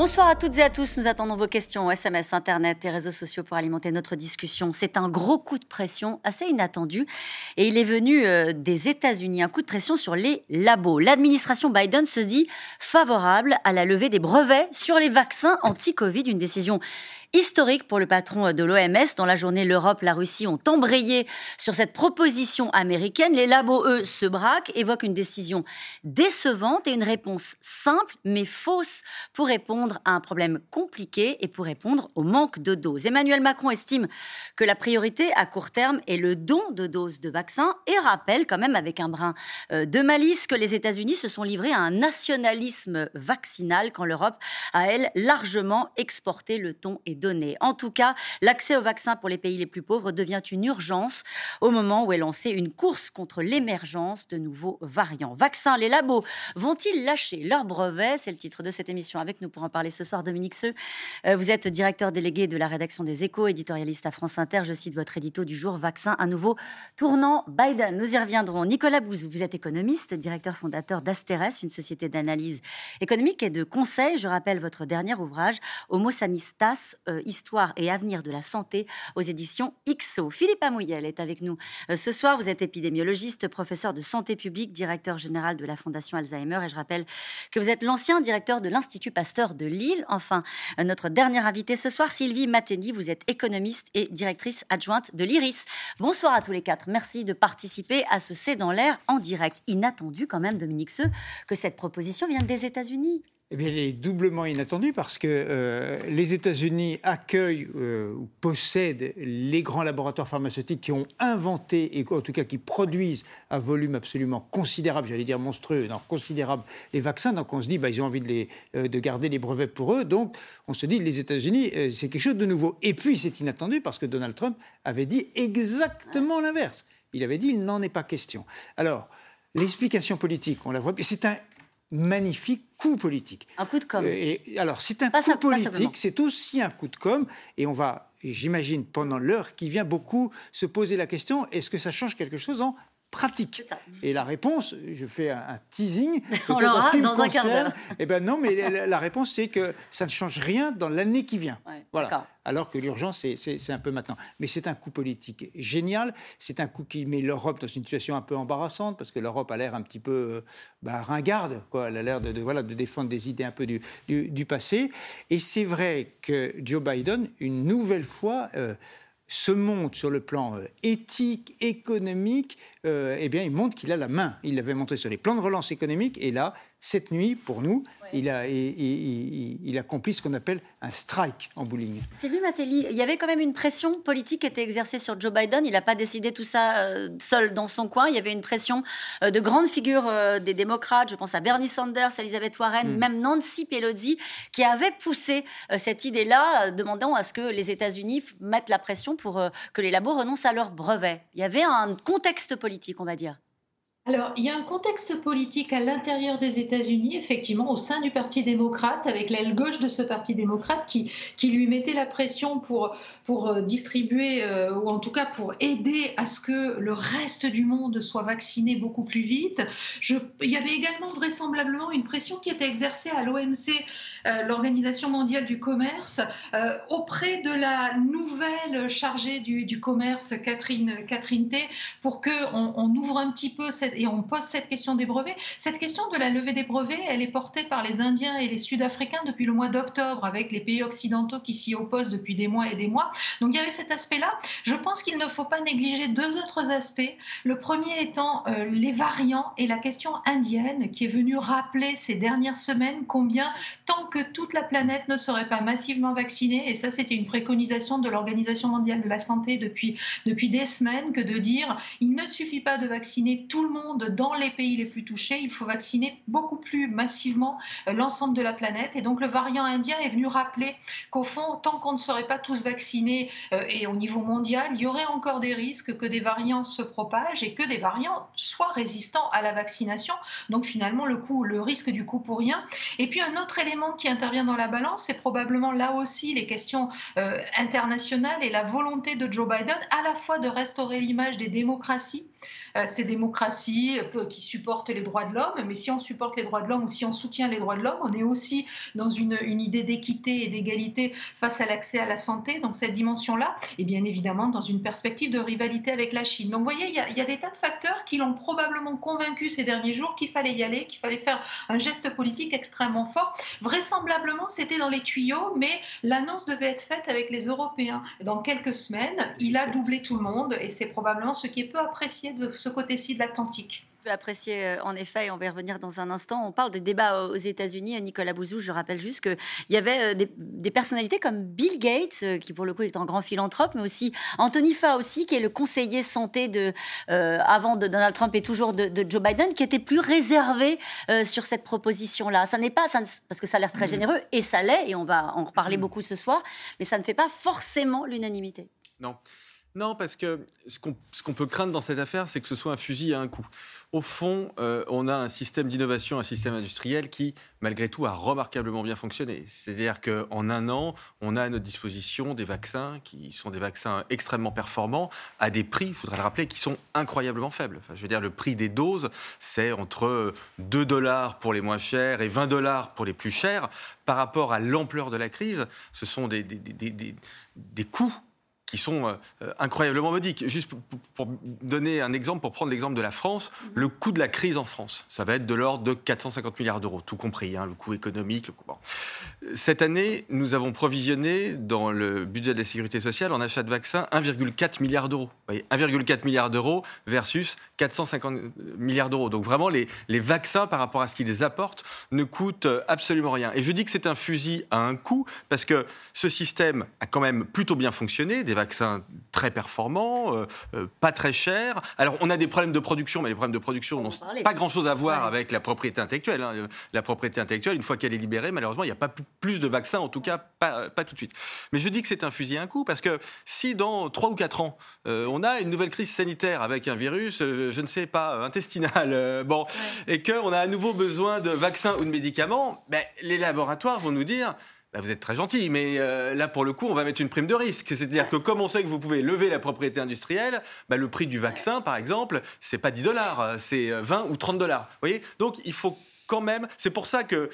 Bonsoir à toutes et à tous. Nous attendons vos questions, SMS, Internet et réseaux sociaux pour alimenter notre discussion. C'est un gros coup de pression assez inattendu et il est venu des États-Unis. Un coup de pression sur les labos. L'administration Biden se dit favorable à la levée des brevets sur les vaccins anti-Covid. Une décision historique pour le patron de l'OMS. Dans la journée, l'Europe, la Russie ont embrayé sur cette proposition américaine. Les labos, eux, se braquent, évoquent une décision décevante et une réponse simple mais fausse pour répondre à un problème compliqué et pour répondre au manque de doses. Emmanuel Macron estime que la priorité à court terme est le don de doses de vaccins et rappelle quand même avec un brin de malice que les États-Unis se sont livrés à un nationalisme vaccinal quand l'Europe a, elle, largement exporté le ton et donné. En tout cas, l'accès aux vaccins pour les pays les plus pauvres devient une urgence au moment où est lancée une course contre l'émergence de nouveaux variants. Vaccins, les labos vont-ils lâcher leurs brevets ? C'est le titre de cette émission. Avec nous pour en parler ce soir, Dominique Seux. Vous êtes directeur délégué de la rédaction des Échos, éditorialiste à France Inter. Je cite votre édito du jour, Vaccin, un nouveau tournant Biden. Nous y reviendrons. Nicolas Bouzou, vous êtes économiste, directeur fondateur d'Asteres, une société d'analyse économique et de conseil. Je rappelle votre dernier ouvrage, Homo Sanistas, Histoire et avenir de la santé, aux éditions IXO. Philippe Amouyel est avec nous ce soir. Vous êtes épidémiologiste, professeur de santé publique, directeur général de la Fondation Alzheimer. Et je rappelle que vous êtes l'ancien directeur de l'Institut Pasteur de Lille. Enfin, notre dernière invitée ce soir, Sylvie Matteni. Vous êtes économiste et directrice adjointe de l'IRIS. Bonsoir à tous les quatre. Merci de participer à ce C'est dans l'air en direct. Inattendu quand même, Dominique Seux, que cette proposition vienne des États-Unis. Eh bien, elle est doublement inattendue parce que les États-Unis accueillent ou possèdent les grands laboratoires pharmaceutiques qui ont inventé, et en tout cas qui produisent à volume absolument considérable, j'allais dire monstrueux, non, considérable, les vaccins. Donc on se dit, ils ont envie de garder les brevets pour eux. Donc on se dit, les États-Unis, c'est quelque chose de nouveau. Et puis c'est inattendu parce que Donald Trump avait dit exactement l'inverse. Il avait dit, il n'en est pas question. Alors, l'explication politique, on la voit, c'est un magnifique coup politique. Un coup de com'. Alors, c'est un coup politique, c'est aussi un coup de com', et on va, j'imagine, pendant l'heure qui vient, beaucoup se poser la question, est-ce que ça change quelque chose en pratique? Et la réponse, je fais un teasing, on l'aura dans un quart d'heure. Eh ben non, mais la réponse, c'est que ça ne change rien dans l'année qui vient. Ouais, voilà. D'accord. Alors que l'urgence, c'est un peu maintenant. Mais c'est un coup politique génial. C'est un coup qui met l'Europe dans une situation un peu embarrassante, parce que l'Europe a l'air un petit peu ringarde, quoi. Elle a l'air de défendre des idées un peu du passé. Et c'est vrai que Joe Biden, une nouvelle fois, se montre sur le plan éthique, économique, eh bien, il montre qu'il a la main. Il l'avait montré sur les plans de relance économique, et là, cette nuit, pour nous, il accomplit ce qu'on appelle un strike en bowling. Sylvie Matteni, il y avait quand même une pression politique qui était exercée sur Joe Biden. Il n'a pas décidé tout ça seul dans son coin. Il y avait une pression de grandes figures des démocrates. Je pense à Bernie Sanders, Elizabeth Warren, même Nancy Pelosi, qui avaient poussé cette idée-là, demandant à ce que les États-Unis mettent la pression pour que les labos renoncent à leurs brevets. Il y avait un contexte politique, on va dire. Alors, il y a un contexte politique à l'intérieur des États-Unis, effectivement, au sein du Parti démocrate, avec l'aile gauche de ce Parti démocrate qui lui mettait la pression pour distribuer, ou en tout cas pour aider à ce que le reste du monde soit vacciné beaucoup plus vite. Il y avait également vraisemblablement une pression qui était exercée à l'OMC, l'Organisation mondiale du commerce, auprès de la nouvelle chargée du commerce, Catherine Tay, pour qu'on ouvre un petit peu et on pose cette question des brevets. Cette question de la levée des brevets, elle est portée par les Indiens et les Sud-Africains depuis le mois d'octobre, avec les pays occidentaux qui s'y opposent depuis des mois et des mois. Donc il y avait cet aspect-là. Je pense qu'il ne faut pas négliger deux autres aspects. Le premier étant les variants et la question indienne, qui est venue rappeler ces dernières semaines combien, tant que toute la planète ne serait pas massivement vaccinée, et ça c'était une préconisation de l'Organisation mondiale de la santé depuis des semaines, que de dire il ne suffit pas de vacciner tout le monde dans les pays les plus touchés, il faut vacciner beaucoup plus massivement l'ensemble de la planète. Et donc le variant indien est venu rappeler qu'au fond, tant qu'on ne serait pas tous vaccinés et au niveau mondial, il y aurait encore des risques que des variants se propagent et que des variants soient résistants à la vaccination. Donc finalement, le risque du coup pour rien. Et puis un autre élément qui intervient dans la balance, c'est probablement là aussi les questions internationales et la volonté de Joe Biden à la fois de restaurer l'image des démocraties Ces démocraties qui supportent les droits de l'homme, mais si on supporte les droits de l'homme ou si on soutient les droits de l'homme, on est aussi dans une idée d'équité et d'égalité face à l'accès à la santé, donc cette dimension-là, et bien évidemment dans une perspective de rivalité avec la Chine. Donc vous voyez, il y a des tas de facteurs qui l'ont probablement convaincu ces derniers jours qu'il fallait y aller, qu'il fallait faire un geste politique extrêmement fort. Vraisemblablement, c'était dans les tuyaux, mais l'annonce devait être faite avec les Européens. Dans quelques semaines, il a doublé tout le monde et c'est probablement ce qui est peu apprécié de ce côté-ci de l'Atlantique. Apprécié en effet, et on va y revenir dans un instant. On parle des débats aux États-Unis. Nicolas Bouzou, je rappelle juste qu'il y avait des personnalités comme Bill Gates, qui pour le coup est un grand philanthrope, mais aussi Anthony Fauci, qui est le conseiller santé avant de Donald Trump et toujours de Joe Biden, qui était plus réservé sur cette proposition-là. Ça n'est pas, parce que ça a l'air très généreux, et ça l'est, et on va en reparler beaucoup ce soir, mais ça ne fait pas forcément l'unanimité. Non, parce que ce qu'on peut craindre dans cette affaire, c'est que ce soit un fusil à un coup. Au fond, on a un système d'innovation, un système industriel qui, malgré tout, a remarquablement bien fonctionné. C'est-à-dire qu'en un an, on a à notre disposition des vaccins qui sont des vaccins extrêmement performants, à des prix, il faudra le rappeler, qui sont incroyablement faibles. Enfin, je veux dire, le prix des doses, c'est entre $2 pour les moins chers et $20 pour les plus chers. Par rapport à l'ampleur de la crise, ce sont des coûts qui sont incroyablement modiques. Juste pour donner un exemple, pour prendre l'exemple de la France, le coût de la crise en France, ça va être de l'ordre de 450 milliards d'euros, tout compris, le coût économique. Bon. Cette année, nous avons provisionné dans le budget de la sécurité sociale en achat de vaccins 1,4 milliard d'euros. Vous voyez, 1,4 milliard d'euros versus 450 milliards d'euros. Donc vraiment, les vaccins, par rapport à ce qu'ils apportent, ne coûtent absolument rien. Et je dis que c'est un fusil à un coup, parce que ce système a quand même plutôt bien fonctionné, des vaccins très performants, pas très chers. Alors, on a des problèmes de production, mais les problèmes de production n'ont pas grand-chose à voir avec la propriété intellectuelle. La propriété intellectuelle, une fois qu'elle est libérée, malheureusement, il n'y a pas plus de vaccins, en tout cas, pas tout de suite. Mais je dis que c'est un fusil à un coup, parce que si dans 3 ou 4 ans, on a une nouvelle crise sanitaire avec un virus, je ne sais pas, intestinal, et qu'on a à nouveau besoin de vaccins ou de médicaments, les laboratoires vont nous dire... vous êtes très gentil, mais là, pour le coup, on va mettre une prime de risque. C'est-à-dire que comme on sait que vous pouvez lever la propriété industrielle, le prix du vaccin, par exemple, c'est pas $10, c'est 20 ou $30. Vous voyez ? Donc, il faut quand même... C'est pour ça que,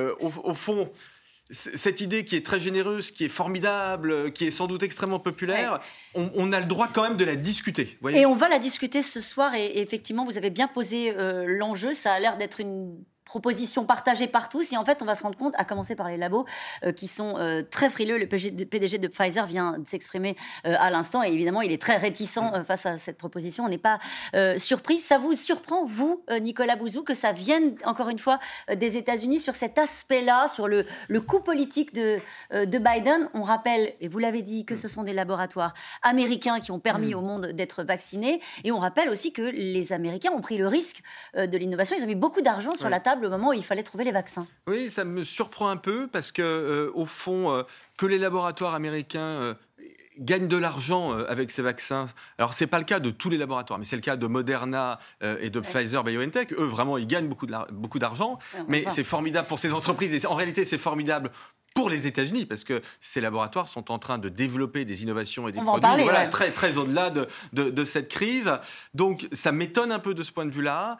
au fond... Cette idée qui est très généreuse, qui est formidable, qui est sans doute extrêmement populaire, on a le droit quand même de la discuter. Vous voyez ? Et on va la discuter ce soir, et effectivement, vous avez bien posé l'enjeu. Ça a l'air d'être une proposition partagée par tous, et en fait on va se rendre compte, à commencer par les labos qui sont très frileux. Le PDG de Pfizer vient de s'exprimer à l'instant, et évidemment il est très réticent face à cette proposition. On n'est pas surpris. Ça vous surprend, vous, Nicolas Bouzou, que ça vienne encore une fois des États-Unis sur cet aspect-là, sur le coup politique de Biden? On rappelle, et vous l'avez dit, que ce sont des laboratoires américains qui ont permis au monde d'être vaccinés, et on rappelle aussi que les Américains ont pris le risque de l'innovation. Ils ont mis beaucoup d'argent sur la table au moment où il fallait trouver les vaccins. Oui, ça me surprend un peu, parce que au fond, que les laboratoires américains gagnent de l'argent avec ces vaccins. Alors, ce n'est pas le cas de tous les laboratoires, mais c'est le cas de Moderna et de Pfizer-BioNTech. Eux, vraiment, ils gagnent beaucoup d'argent, mais c'est formidable pour ces entreprises, et en réalité, c'est formidable pour les États-Unis, parce que ces laboratoires sont en train de développer des innovations et des produits très, très au-delà de cette crise. Donc, ça m'étonne un peu de ce point de vue-là.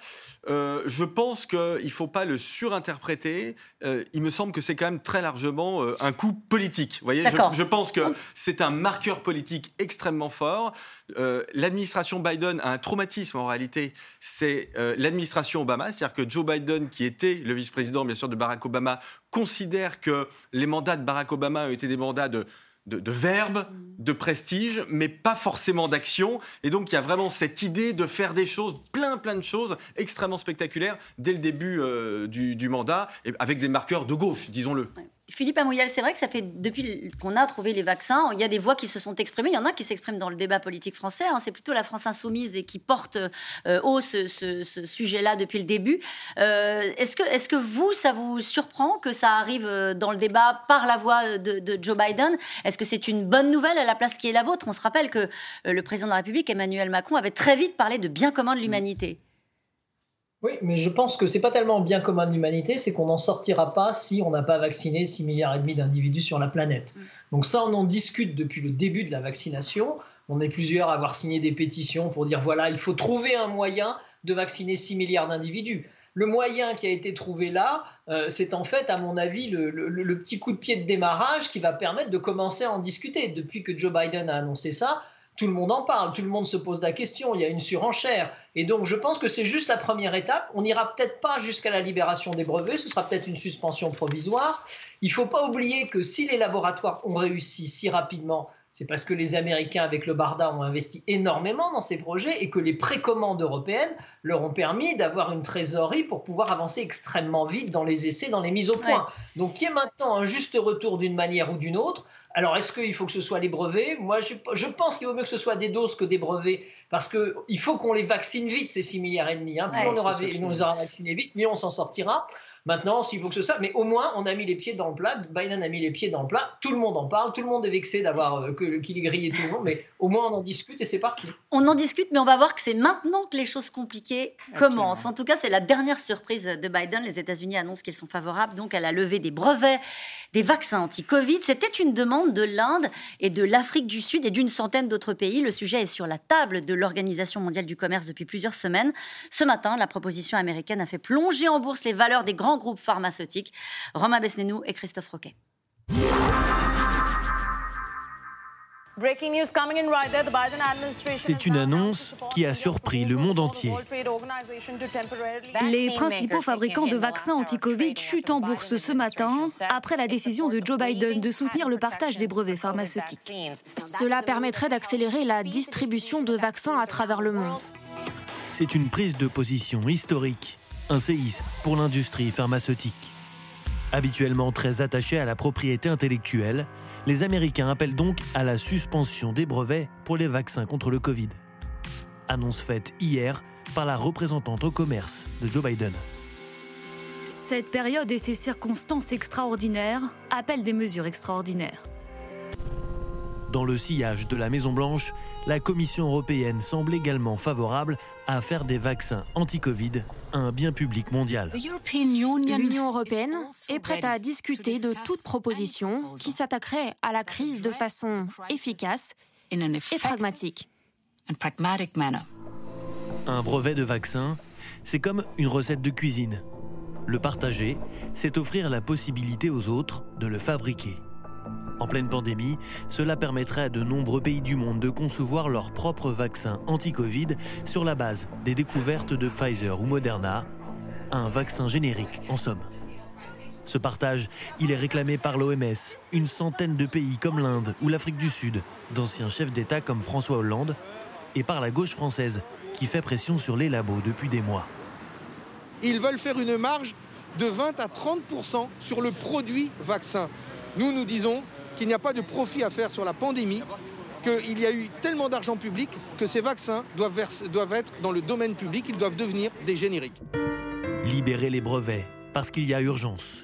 Je pense qu'il ne faut pas le surinterpréter. Il me semble que c'est quand même très largement un coup politique. Vous voyez, je pense que c'est un marqueur politique extrêmement fort. L'administration Biden a un traumatisme en réalité. C'est l'administration Obama, c'est-à-dire que Joe Biden, qui était le vice-président bien sûr de Barack Obama, considère que les mandats de Barack Obama ont été des mandats de verbe, de prestige, mais pas forcément d'action. Et donc, il y a vraiment cette idée de faire des choses, plein de choses extrêmement spectaculaires dès le début du mandat, et avec des marqueurs de gauche, disons-le. Ouais. Philippe Amouyal, c'est vrai que ça fait, depuis qu'on a trouvé les vaccins, il y a des voix qui se sont exprimées. Il y en a qui s'expriment dans le débat politique français. C'est plutôt la France insoumise et qui porte haut ce sujet-là depuis le début. Est-ce que vous, ça vous surprend que ça arrive dans le débat par la voix de Joe Biden? Est-ce que c'est une bonne nouvelle à la place qui est la vôtre? On se rappelle que le président de la République, Emmanuel Macron, avait très vite parlé de bien commun de l'humanité. Oui, mais je pense que ce n'est pas tellement bien commun de l'humanité, c'est qu'on n'en sortira pas si on n'a pas vacciné 6,5 milliards d'individus sur la planète. Donc ça, on en discute depuis le début de la vaccination. On est plusieurs à avoir signé des pétitions pour dire voilà, il faut trouver un moyen de vacciner 6 milliards d'individus. Le moyen qui a été trouvé là, c'est en fait, à mon avis, le petit coup de pied de démarrage qui va permettre de commencer à en discuter. Depuis que Joe Biden a annoncé ça, tout le monde en parle, tout le monde se pose la question, il y a une surenchère. Et donc, je pense que c'est juste la première étape. On n'ira peut-être pas jusqu'à la libération des brevets, ce sera peut-être une suspension provisoire. Il ne faut pas oublier que si les laboratoires ont réussi si rapidement, c'est parce que les Américains, avec le BARDA, ont investi énormément dans ces projets et que les précommandes européennes leur ont permis d'avoir une trésorerie pour pouvoir avancer extrêmement vite dans les essais, dans les mises au point. Ouais. Donc, qu'il y ait maintenant un juste retour d'une manière ou d'une autre. Alors, est-ce qu'il faut que ce soit les brevets ? Moi, je pense qu'il vaut mieux que ce soit des doses que des brevets, parce qu'il faut qu'on les vaccine vite, ces 6,5 milliards. Plus on nous aura vaccinés vite, mieux on s'en sortira. Maintenant, s'il faut que ce soit... Mais au moins, on a mis les pieds dans le plat. Biden a mis les pieds dans le plat. Tout le monde en parle. Tout le monde est vexé d'avoir qu'il ait grillé tout le monde. Mais au moins, on en discute et c'est parti. On en discute, mais on va voir que c'est maintenant que les choses compliquées commencent. En tout cas, c'est la dernière surprise de Biden. Les États-Unis annoncent qu'ils sont favorables donc à la levée des brevets des vaccins anti-Covid. C'était une demande de l'Inde et de l'Afrique du Sud et d'une centaine d'autres pays. Le sujet est sur la table de l'Organisation mondiale du commerce depuis plusieurs semaines. Ce matin, la proposition américaine a fait plonger en bourse les valeurs des grands groupes pharmaceutiques. Romain Besnénou et Christophe Roquet. C'est une annonce qui a surpris le monde entier. Les principaux fabricants de vaccins anti-Covid chutent en bourse ce matin après la décision de Joe Biden de soutenir le partage des brevets pharmaceutiques. Cela permettrait d'accélérer la distribution de vaccins à travers le monde. C'est une prise de position historique, un séisme pour l'industrie pharmaceutique. Habituellement très attachés à la propriété intellectuelle, les Américains appellent donc à la suspension des brevets pour les vaccins contre le Covid. Annonce faite hier par la représentante au commerce de Joe Biden. Cette période et ces circonstances extraordinaires appellent des mesures extraordinaires. Dans le sillage de la Maison-Blanche, la Commission européenne semble également favorable à faire des vaccins anti-Covid un bien public mondial. L'Union européenne est prête à discuter de toute proposition qui s'attaquerait à la crise de façon efficace et pragmatique. Un brevet de vaccin, c'est comme une recette de cuisine. Le partager, c'est offrir la possibilité aux autres de le fabriquer. En pleine pandémie, cela permettrait à de nombreux pays du monde de concevoir leur propre vaccin anti-Covid sur la base des découvertes de Pfizer ou Moderna, un vaccin générique en somme. Ce partage, il est réclamé par l'OMS, une centaine de pays comme l'Inde ou l'Afrique du Sud, d'anciens chefs d'État comme François Hollande, et par la gauche française, qui fait pression sur les labos depuis des mois. Ils veulent faire une marge de 20 à 30% sur le produit vaccin. Nous disons qu'il n'y a pas de profit à faire sur la pandémie, qu'il y a eu tellement d'argent public que ces vaccins doivent être dans le domaine public, ils doivent devenir des génériques. Libérer les brevets, parce qu'il y a urgence.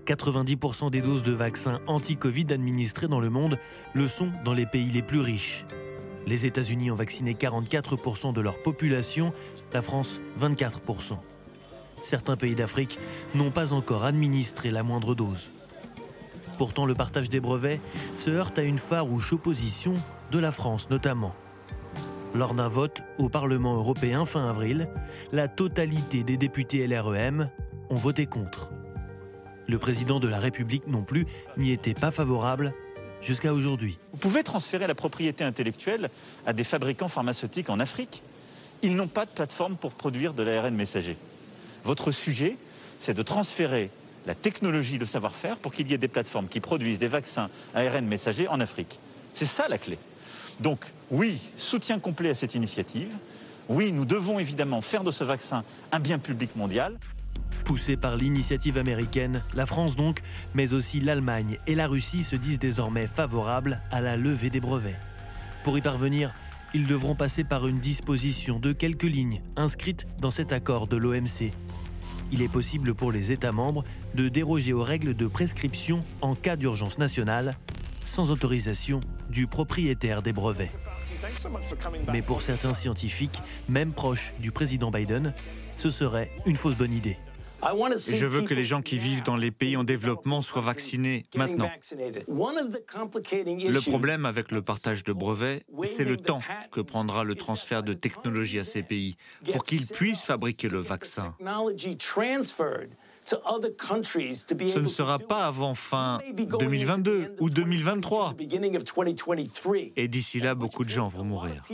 90% des doses de vaccins anti-Covid administrées dans le monde le sont dans les pays les plus riches. Les États-Unis ont vacciné 44% de leur population, la France 24%. Certains pays d'Afrique n'ont pas encore administré la moindre dose. Pourtant, le partage des brevets se heurte à une farouche opposition de la France notamment. Lors d'un vote au Parlement européen fin avril, la totalité des députés LREM ont voté contre. Le président de la République non plus n'y était pas favorable jusqu'à aujourd'hui. Vous pouvez transférer la propriété intellectuelle à des fabricants pharmaceutiques en Afrique. Ils n'ont pas de plateforme pour produire de l'ARN messager. Votre sujet, c'est de transférer la technologie, le savoir-faire, pour qu'il y ait des plateformes qui produisent des vaccins ARN messagers en Afrique. C'est ça la clé. Donc oui, soutien complet à cette initiative. Oui, nous devons évidemment faire de ce vaccin un bien public mondial. Poussés par l'initiative américaine, la France donc, mais aussi l'Allemagne et la Russie se disent désormais favorables à la levée des brevets. Pour y parvenir, ils devront passer par une disposition de quelques lignes inscrites dans cet accord de l'OMC. Il est possible pour les États membres de déroger aux règles de prescription en cas d'urgence nationale, sans autorisation du propriétaire des brevets. Mais pour certains scientifiques, même proches du président Biden, ce serait une fausse bonne idée. Je veux que les gens qui vivent dans les pays en développement soient vaccinés maintenant. Le problème avec le partage de brevets, c'est le temps que prendra le transfert de technologie à ces pays pour qu'ils puissent fabriquer le vaccin. Ce ne sera pas avant fin 2022 ou 2023. Et d'ici là, beaucoup de gens vont mourir.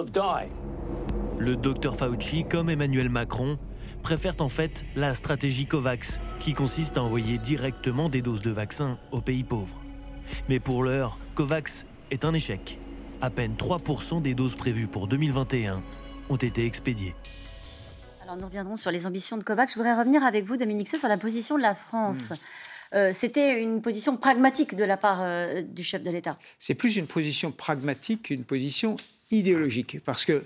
Le docteur Fauci, comme Emmanuel Macron, préfèrent en fait la stratégie COVAX, qui consiste à envoyer directement des doses de vaccins aux pays pauvres. Mais pour l'heure, COVAX est un échec. À peine 3% des doses prévues pour 2021 ont été expédiées. Alors nous reviendrons sur les ambitions de COVAX. Je voudrais revenir avec vous, Dominique Seux, sur la position de la France. C'était une position pragmatique de la part du chef de l'État. C'est plus une position pragmatique qu'une position idéologique, parce que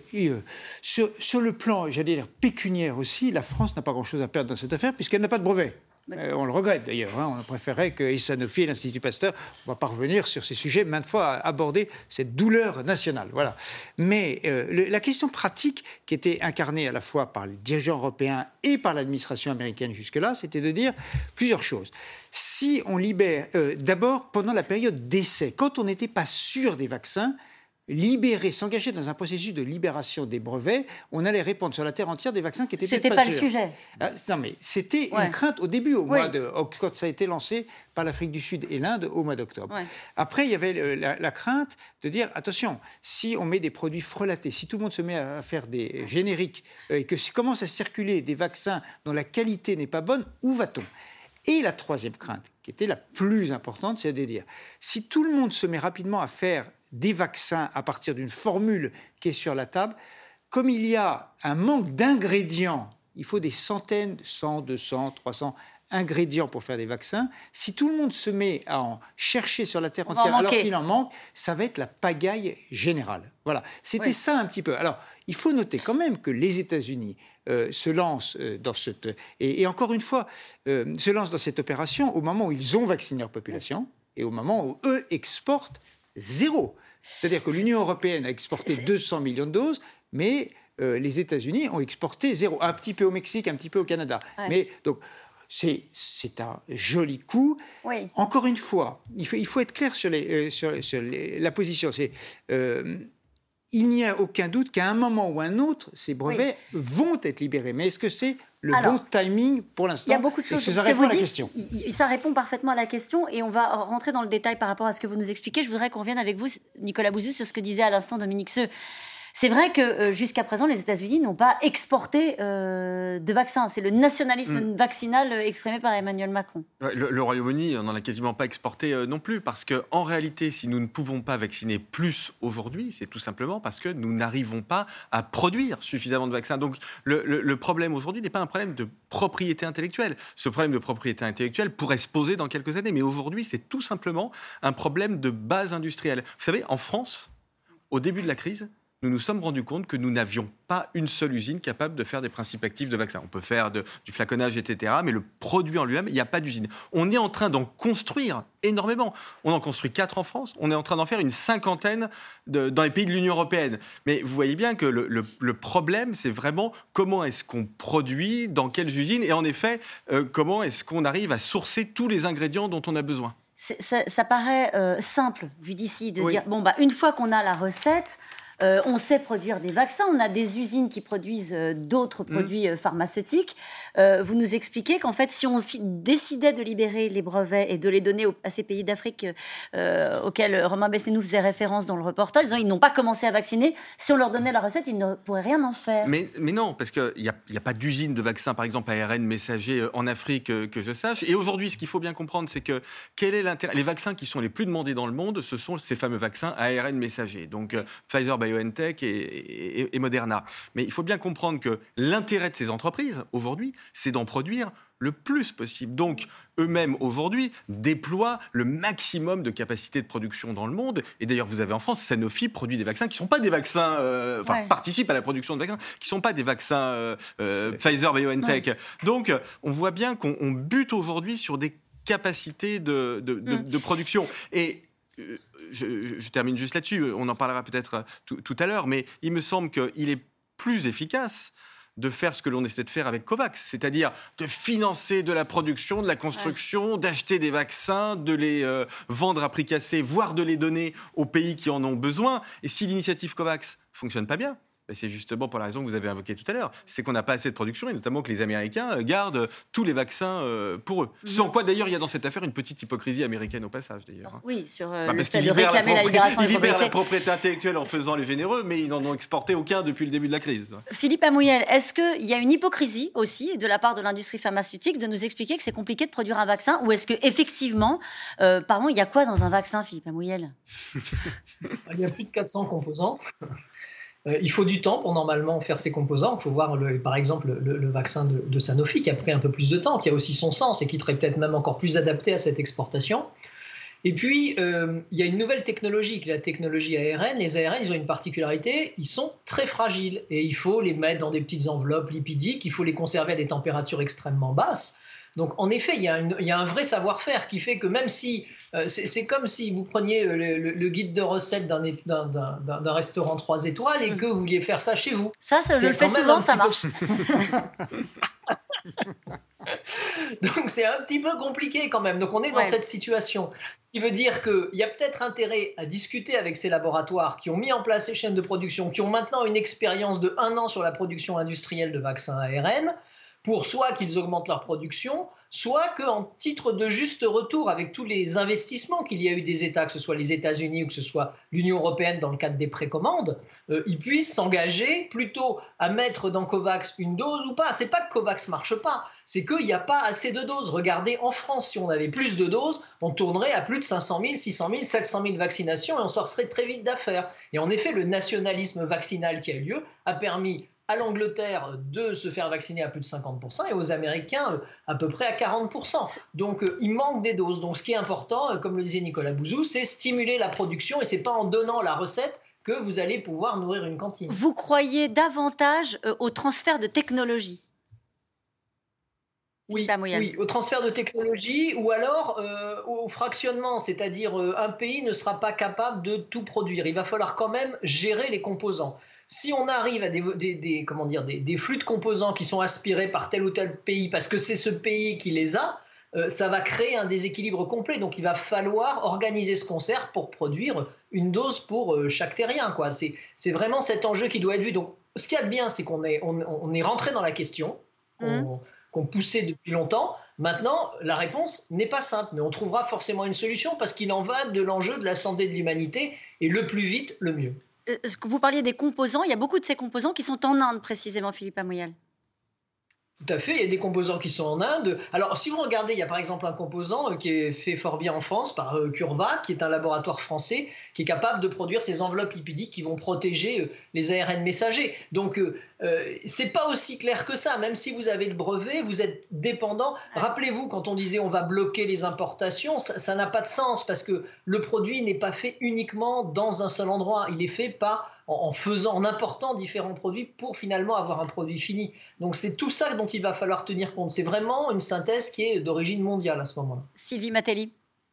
sur le plan, j'allais dire, pécuniaire aussi, la France n'a pas grand-chose à perdre dans cette affaire, puisqu'elle n'a pas de brevet. On le regrette d'ailleurs, on préférait que Sanofi et l'Institut Pasteur, on ne va pas revenir sur ces sujets, maintes fois aborder cette douleur nationale. Voilà. Mais la question pratique qui était incarnée à la fois par les dirigeants européens et par l'administration américaine jusque-là, c'était de dire plusieurs choses. Si on libère, d'abord pendant la période d'essai, quand on n'était pas sûr des vaccins, s'engager dans un processus de libération des brevets, on allait répandre sur la terre entière des vaccins qui étaient peut-être pas sûrs. C'était pas le sujet. Non, mais c'était une crainte au début, quand ça a été lancé par l'Afrique du Sud et l'Inde au mois d'octobre. Ouais. Après, il y avait la crainte de dire, attention, si on met des produits frelatés, si tout le monde se met à faire des génériques, et que commence à circuler des vaccins dont la qualité n'est pas bonne, où va-t-on ? Et la troisième crainte, qui était la plus importante, c'est de dire, si tout le monde se met rapidement à faire des vaccins à partir d'une formule qui est sur la table, comme il y a un manque d'ingrédients, il faut des centaines, 100, 200, 300 ingrédients pour faire des vaccins. Si tout le monde se met à en chercher sur la terre entière alors qu'il en manque, ça va être la pagaille générale. Voilà, c'était ça un petit peu. Alors, il faut noter quand même que les États-Unis se lancent dans cette... Et encore une fois, se lancent dans cette opération au moment où ils ont vacciné leur population et au moment où eux exportent zéro. C'est-à-dire que l'Union européenne a exporté 200 millions de doses, mais les États-Unis ont exporté zéro. Un petit peu au Mexique, un petit peu au Canada. Ouais. Mais donc, c'est un joli coup. Oui. Encore une fois, il faut être clair sur la position. Il n'y a aucun doute qu'à un moment ou un autre, ces brevets vont être libérés. Mais est-ce que c'est le bon timing pour l'instant? Il y a beaucoup de choses. Ça répond à la question. Ça répond parfaitement à la question et on va rentrer dans le détail par rapport à ce que vous nous expliquez. Je voudrais qu'on revienne avec vous, Nicolas Bouzou, sur ce que disait à l'instant Dominique Seux. C'est vrai que jusqu'à présent, les États-Unis n'ont pas exporté de vaccins. C'est le nationalisme vaccinal exprimé par Emmanuel Macron. Le Royaume-Uni n'en a quasiment pas exporté non plus, parce qu'en réalité, si nous ne pouvons pas vacciner plus aujourd'hui, c'est tout simplement parce que nous n'arrivons pas à produire suffisamment de vaccins. Donc le problème aujourd'hui n'est pas un problème de propriété intellectuelle. Ce problème de propriété intellectuelle pourrait se poser dans quelques années, mais aujourd'hui, c'est tout simplement un problème de base industrielle. Vous savez, en France, au début de la crise, nous nous sommes rendus compte que nous n'avions pas une seule usine capable de faire des principes actifs de vaccins. On peut faire du flaconnage, etc., mais le produit en lui-même, il n'y a pas d'usine. On est en train d'en construire énormément. On en construit 4 en France, on est en train d'en faire une 50aine dans les pays de l'Union européenne. Mais vous voyez bien que le problème, c'est vraiment comment est-ce qu'on produit, dans quelles usines, et en effet, comment est-ce qu'on arrive à sourcer tous les ingrédients dont on a besoin. Ça paraît simple, vu d'ici, de dire, une fois qu'on a la recette... on sait produire des vaccins, on a des usines qui produisent d'autres produits pharmaceutiques. Vous nous expliquez qu'en fait, si on décidait de libérer les brevets et de les donner à ces pays d'Afrique auxquels Romain Besnéou nous faisait référence dans le reportage, ils n'ont pas commencé à vacciner. Si on leur donnait la recette, ils ne pourraient rien en faire. Mais non, parce qu'il n'y a pas d'usine de vaccins, par exemple, ARN messager en Afrique que je sache. Et aujourd'hui, ce qu'il faut bien comprendre, c'est que quel est l'intérêt ? Les vaccins qui sont les plus demandés dans le monde, ce sont ces fameux vaccins ARN messager. Donc Pfizer, BioNTech et Moderna. Mais il faut bien comprendre que l'intérêt de ces entreprises, aujourd'hui, c'est d'en produire le plus possible. Donc, eux-mêmes, aujourd'hui, déploient le maximum de capacité de production dans le monde. Et d'ailleurs, vous avez en France, Sanofi produit des vaccins qui ne sont pas des vaccins... participe à la production de vaccins qui ne sont pas des vaccins Pfizer, BioNTech. Donc, on voit bien qu'on bute aujourd'hui sur des capacités de production. Et... Je termine juste là-dessus, on en parlera peut-être tout à l'heure, mais il me semble qu'il est plus efficace de faire ce que l'on essaie de faire avec COVAX, c'est-à-dire de financer de la production, de la construction, d'acheter des vaccins, de les vendre à prix cassé, voire de les donner aux pays qui en ont besoin. Et si l'initiative COVAX fonctionne pas bien, c'est justement pour la raison que vous avez invoquée tout à l'heure. C'est qu'on n'a pas assez de production et notamment que les Américains gardent tous les vaccins pour eux. Sans quoi, d'ailleurs, il y a dans cette affaire une petite hypocrisie américaine au passage, d'ailleurs. Oui, sur le parce fait qu'ils de réclamer la libération ils libèrent la propriété intellectuelle en faisant les généreux, mais ils n'en ont exporté aucun depuis le début de la crise. Philippe Amouyel, est-ce qu'il y a une hypocrisie aussi de la part de l'industrie pharmaceutique de nous expliquer que c'est compliqué de produire un vaccin, ou est-ce qu'effectivement, il y a quoi dans un vaccin, Philippe Amouyel? Il y a plus de 400 composants. Il faut du temps pour normalement faire ces composants. Il faut voir, par exemple, le vaccin de Sanofi qui a pris un peu plus de temps, qui a aussi son sens et qui serait peut-être même encore plus adapté à cette exportation. Et puis, il y a une nouvelle technologie, qui est la technologie ARN. Les ARN, ils ont une particularité, ils sont très fragiles. Et il faut les mettre dans des petites enveloppes lipidiques, il faut les conserver à des températures extrêmement basses. Donc, en effet, il y a un vrai savoir-faire qui fait que même si... c'est comme si vous preniez le guide de recettes d'un restaurant 3 étoiles et que vous vouliez faire ça chez vous. Ça je le fais souvent, ça marche. Donc, c'est un petit peu compliqué quand même. Donc, on est dans cette situation. Ce qui veut dire qu'il y a peut-être intérêt à discuter avec ces laboratoires qui ont mis en place ces chaînes de production, qui ont maintenant une expérience de 1 an sur la production industrielle de vaccins ARN, pour soit qu'ils augmentent leur production, soit qu'en titre de juste retour, avec tous les investissements qu'il y a eu des États, que ce soit les États-Unis ou que ce soit l'Union européenne dans le cadre des précommandes, ils puissent s'engager plutôt à mettre dans COVAX une dose ou pas. C'est pas que COVAX marche pas, c'est qu'il n'y a pas assez de doses. Regardez, en France, si on avait plus de doses, on tournerait à plus de 500 000, 600 000, 700 000 vaccinations et on sortirait très vite d'affaires. Et en effet, le nationalisme vaccinal qui a eu lieu a permis à l'Angleterre de se faire vacciner à plus de 50% et aux Américains à peu près à 40%. Donc il manque des doses. Donc ce qui est important, comme le disait Nicolas Bouzou, c'est stimuler la production et c'est pas en donnant la recette que vous allez pouvoir nourrir une cantine. Vous croyez davantage au transfert de technologie? Oui, au transfert de technologie ou alors au fractionnement, c'est-à-dire un pays ne sera pas capable de tout produire. Il va falloir quand même gérer les composants. Si on arrive à des flux de composants qui sont aspirés par tel ou tel pays parce que c'est ce pays qui les a, ça va créer un déséquilibre complet. Donc il va falloir organiser ce concert pour produire une dose pour chaque terrien, quoi. C'est vraiment cet enjeu qui doit être vu. Donc ce qu'il y a de bien, c'est qu'on est rentré dans la question, qu'on poussait depuis longtemps. Maintenant, la réponse n'est pas simple, mais on trouvera forcément une solution parce qu'il en va de l'enjeu de la santé de l'humanité et le plus vite, le mieux. Vous parliez des composants, il y a beaucoup de ces composants qui sont en Inde précisément, Philippe Amouyel. Tout à fait, il y a des composants qui sont en Inde. Alors, si vous regardez, il y a par exemple un composant qui est fait fort bien en France par CureVac, qui est un laboratoire français qui est capable de produire ces enveloppes lipidiques qui vont protéger les ARN messagers. Donc, c'est pas aussi clair que ça. Même si vous avez le brevet, vous êtes dépendant. Rappelez-vous, quand on disait on va bloquer les importations, ça n'a pas de sens parce que le produit n'est pas fait uniquement dans un seul endroit. Il est fait en important différents produits pour finalement avoir un produit fini. Donc c'est tout ça dont il va falloir tenir compte. C'est vraiment une synthèse qui est d'origine mondiale à ce moment-là. Sylvie Matelli.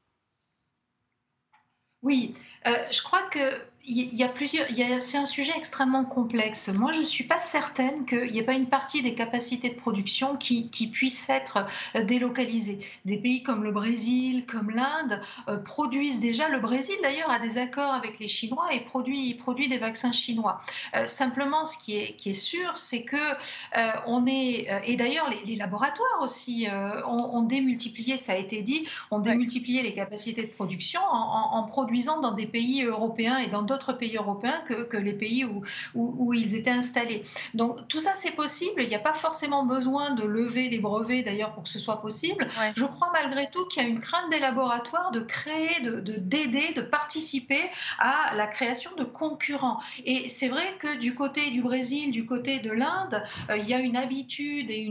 Oui, je crois que c'est un sujet extrêmement complexe. Moi, je ne suis pas certaine qu'il n'y ait pas une partie des capacités de production qui puissent être délocalisées. Des pays comme le Brésil, comme l'Inde, produisent déjà. Le Brésil, d'ailleurs, a des accords avec les Chinois et produit des vaccins chinois. Simplement, ce qui est sûr, c'est que et d'ailleurs, les laboratoires aussi ont démultiplié, ça a été dit, ont démultiplié les capacités de production en produisant dans des pays européens et dans d'autres pays européens que les pays où ils étaient installés. Donc tout ça c'est possible, il n'y a pas forcément besoin de lever les brevets d'ailleurs pour que ce soit possible. Ouais. Je crois malgré tout qu'il y a une crainte des laboratoires de créer, d'aider, de participer à la création de concurrents. Et c'est vrai que du côté du Brésil, du côté de l'Inde, il y a une habitude et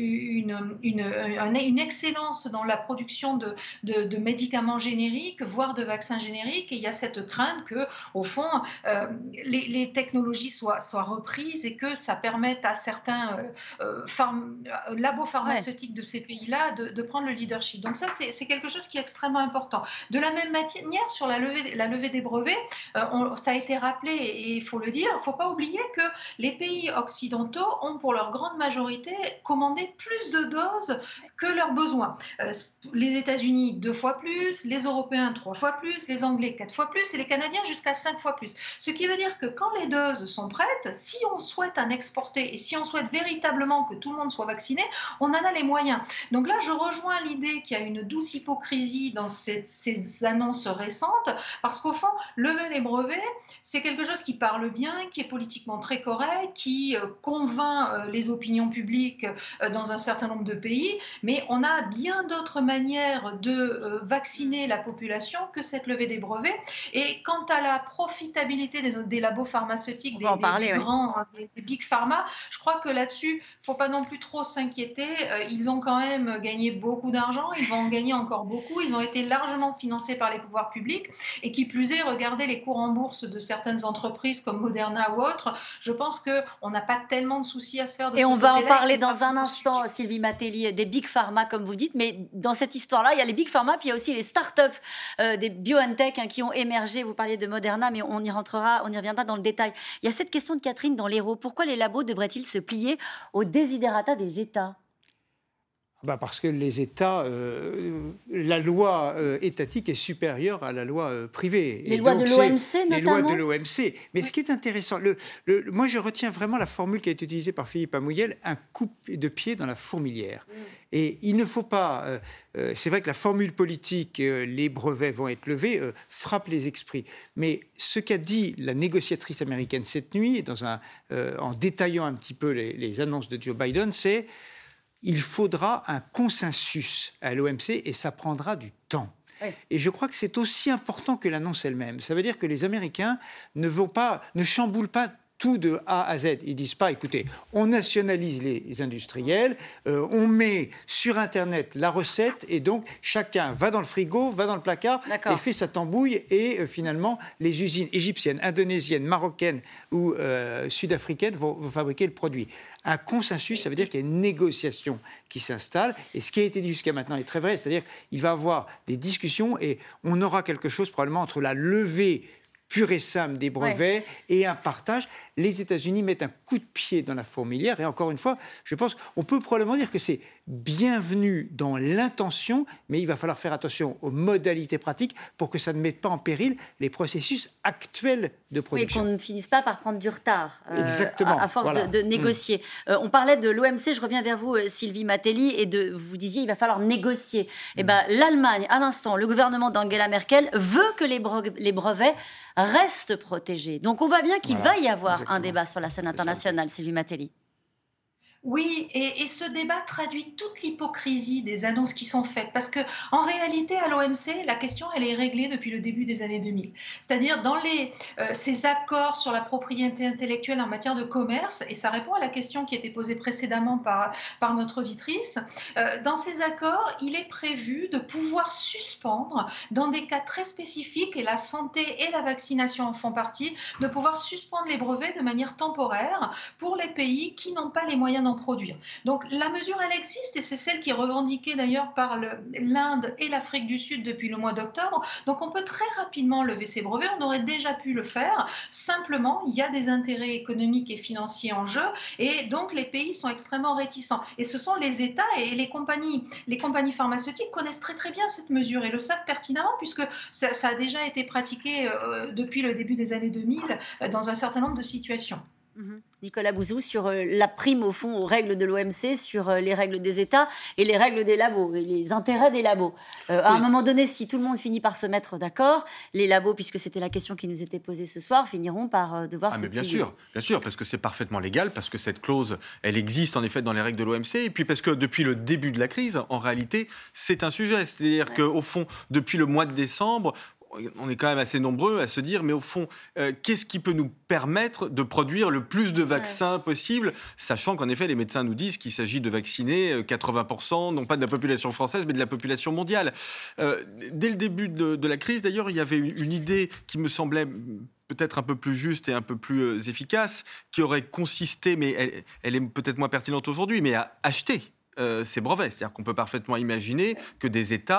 une excellence dans la production de médicaments génériques, voire de vaccins génériques, et il y a cette crainte que, au fond, les technologies soient reprises et que ça permette à certains labos pharmaceutiques de ces pays-là de prendre le leadership. Donc ça, c'est quelque chose qui est extrêmement important. De la même manière, sur la levée des brevets, ça a été rappelé et il faut le dire, il ne faut pas oublier que les pays occidentaux ont pour leur grande majorité commandé plus de doses que leurs besoins. Les États-Unis 2 fois plus, les Européens 3 fois plus, les Anglais 4 fois plus et les Canadiens jusqu'à 5 fois plus. Ce qui veut dire que quand les doses sont prêtes, si on souhaite en exporter et si on souhaite véritablement que tout le monde soit vacciné, on en a les moyens. Donc là, je rejoins l'idée qu'il y a une douce hypocrisie dans ces annonces récentes, parce qu'au fond, lever les brevets, c'est quelque chose qui parle bien, qui est politiquement très correct, qui convainc les opinions publiques dans un certain nombre de pays, mais on a bien d'autres manières de vacciner la population que cette levée des brevets. Et quant à la profitabilité des labos pharmaceutiques, des big pharma, je crois que là-dessus, il ne faut pas non plus trop s'inquiéter. Ils ont quand même gagné beaucoup d'argent, ils vont en gagner encore beaucoup, ils ont été largement financés par les pouvoirs publics, et qui plus est, regardez les cours en bourse de certaines entreprises comme Moderna ou autres, je pense qu'on n'a pas tellement de soucis à se faire de ce côté-là. Et on va en parler dans un instant, Sylvie Matelli, des big pharma, comme vous dites, mais dans cette histoire-là, il y a les big pharma, puis il y a aussi les start-up des BioNTech qui ont émergé. Vous parliez de Moderna, mais on y reviendra dans le détail. Il y a cette question de Catherine dans l'Hérault. Pourquoi les labos devraient-ils se plier aux desiderata des États ? Parce que les États, la loi étatique est supérieure à la loi privée. Les lois de l'OMC, notamment. Les lois de l'OMC. Mais ce qui est intéressant, moi je retiens vraiment la formule qui a été utilisée par Philippe Amouyel, un coup de pied dans la fourmilière. Et il ne faut pas... c'est vrai que la formule politique, les brevets vont être levés, frappe les esprits. Mais ce qu'a dit la négociatrice américaine cette nuit, en détaillant un petit peu les annonces de Joe Biden, c'est... Il faudra un consensus à l'OMC et ça prendra du temps. Oui. Et je crois que c'est aussi important que l'annonce elle-même. Ça veut dire que les Américains ne chamboulent pas tout de A à Z. Ils ne disent pas, écoutez, on nationalise les industriels, on met sur Internet la recette et donc chacun va dans le frigo, va dans le placard et fait sa tambouille et finalement les usines égyptiennes, indonésiennes, marocaines ou sud-africaines vont fabriquer le produit. Un consensus, ça veut dire qu'il y a une négociation qui s'installe. Et ce qui a été dit jusqu'à maintenant est très vrai. C'est-à-dire qu'il va y avoir des discussions et on aura quelque chose probablement entre la levée pure et simple des brevets et un partage. Les États-Unis mettent un coup de pied dans la fourmilière. Et encore une fois, je pense qu'on peut probablement dire que c'est bienvenu dans l'intention, mais il va falloir faire attention aux modalités pratiques pour que ça ne mette pas en péril les processus actuels de production. Et qu'on ne finisse pas par prendre du retard à force de négocier. On parlait de l'OMC, je reviens vers vous, Sylvie Matelli, et vous disiez il va falloir négocier. L'Allemagne, à l'instant, le gouvernement d'Angela Merkel veut que les brevets restent protégés. Donc on voit bien qu'il va y avoir un débat sur la scène internationale, Sylvie Matelli. Oui, et ce débat traduit toute l'hypocrisie des annonces qui sont faites. Parce qu'en réalité, à l'OMC, la question, elle est réglée depuis le début des années 2000. C'est-à-dire dans ces accords sur la propriété intellectuelle en matière de commerce, et ça répond à la question qui était posée précédemment par notre auditrice, dans ces accords, il est prévu de pouvoir suspendre, dans des cas très spécifiques, et la santé et la vaccination en font partie, de pouvoir suspendre les brevets de manière temporaire pour les pays qui n'ont pas les moyens d'en produire. Donc la mesure, elle existe et c'est celle qui est revendiquée d'ailleurs par l'Inde et l'Afrique du Sud depuis le mois d'octobre. Donc on peut très rapidement lever ces brevets, on aurait déjà pu le faire. Simplement, il y a des intérêts économiques et financiers en jeu et donc les pays sont extrêmement réticents. Et ce sont les États et les compagnies pharmaceutiques connaissent très très bien cette mesure et le savent pertinemment puisque ça a déjà été pratiqué depuis le début des années 2000 dans un certain nombre de situations. Nicolas Bouzou, sur la prime au fond aux règles de l'OMC, sur les règles des États et les règles des labos, et les intérêts des labos. À un moment donné, si tout le monde finit par se mettre d'accord, les labos, puisque c'était la question qui nous était posée ce soir, finiront par devoir se plier. Bien sûr, parce que c'est parfaitement légal, parce que cette clause, elle existe en effet dans les règles de l'OMC, et puis parce que depuis le début de la crise, en réalité, c'est un sujet. C'est-à-dire qu'au fond, depuis le mois de décembre, on est quand même assez nombreux à se dire, mais au fond, qu'est-ce qui peut nous permettre de produire le plus de vaccins possible, sachant qu'en effet, les médecins nous disent qu'il s'agit de vacciner 80%, non pas de la population française, mais de la population mondiale. Dès le début de la crise, d'ailleurs, il y avait une idée qui me semblait peut-être un peu plus juste et un peu plus efficace, qui aurait consisté, mais elle est peut-être moins pertinente aujourd'hui, mais à acheter ces brevets. C'est-à-dire qu'on peut parfaitement imaginer que des États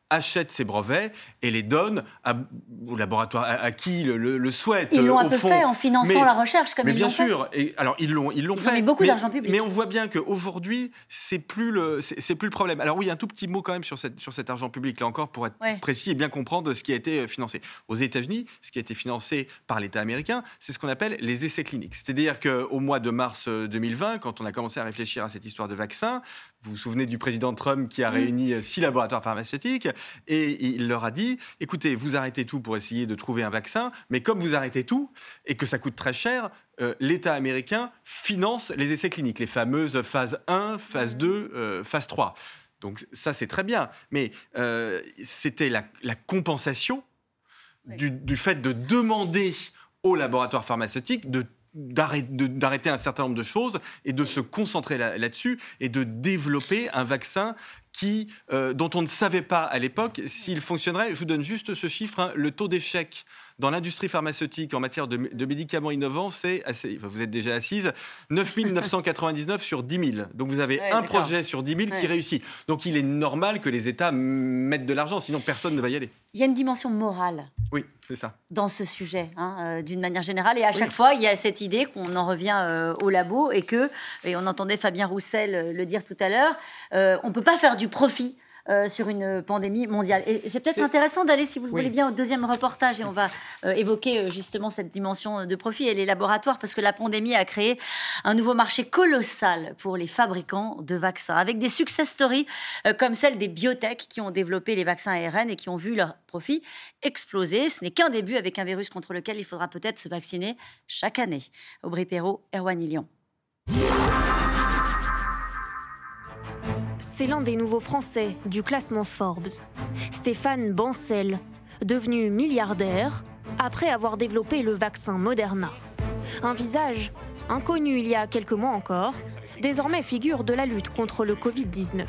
achète ces brevets et les donne au laboratoire, à qui le souhaite. Ils l'ont au un peu fond. fait en finançant la recherche, comme mais ils bien l'ont fait. sûr. Et alors ils l'ont fait. Ils ont mis beaucoup d'argent public. Mais on voit bien qu'aujourd'hui, c'est plus le problème. Alors oui, un tout petit mot quand même sur cet argent public, là encore, pour être précis et bien comprendre ce qui a été financé. Aux États-Unis, ce qui a été financé par l'État américain, c'est ce qu'on appelle les essais cliniques. C'est-à-dire qu'au mois de mars 2020, quand on a commencé à réfléchir à cette histoire de vaccin, vous vous souvenez du président Trump qui a réuni 6 laboratoires pharmaceutiques et il leur a dit, écoutez, vous arrêtez tout pour essayer de trouver un vaccin, mais comme vous arrêtez tout et que ça coûte très cher, l'État américain finance les essais cliniques, les fameuses phase 1, phase 2, phase 3. Donc ça, c'est très bien. Mais c'était la compensation du fait de demander aux laboratoires pharmaceutiques d'arrêter un certain nombre de choses et de se concentrer là-dessus et de développer un vaccin dont on ne savait pas à l'époque s'il fonctionnerait. Je vous donne juste ce chiffre, le taux d'échec dans l'industrie pharmaceutique en matière de médicaments innovants, c'est assez... Vous êtes déjà assise, 9 999 sur 10 000. Donc vous avez un projet sur 10 000 qui réussit. Donc il est normal que les États mettent de l'argent, sinon personne ne va y aller. Il y a une dimension morale. Oui, c'est ça. Dans ce sujet, d'une manière générale. Et à chaque fois, il y a cette idée qu'on en revient au labo et on entendait Fabien Roussel le dire tout à l'heure, on ne peut pas faire du profit sur une pandémie mondiale. Et c'est peut-être intéressant d'aller, si vous le voulez bien, au deuxième reportage, et on va évoquer justement cette dimension de profit et les laboratoires, parce que la pandémie a créé un nouveau marché colossal pour les fabricants de vaccins, avec des success stories comme celle des biotech qui ont développé les vaccins ARN et qui ont vu leur profit exploser. Ce n'est qu'un début avec un virus contre lequel il faudra peut-être se vacciner chaque année. Aubry Perrault, Erwan Ilian. C'est l'un des nouveaux Français du classement Forbes, Stéphane Bancel, devenu milliardaire après avoir développé le vaccin Moderna. Un visage inconnu il y a quelques mois encore, désormais figure de la lutte contre le Covid-19.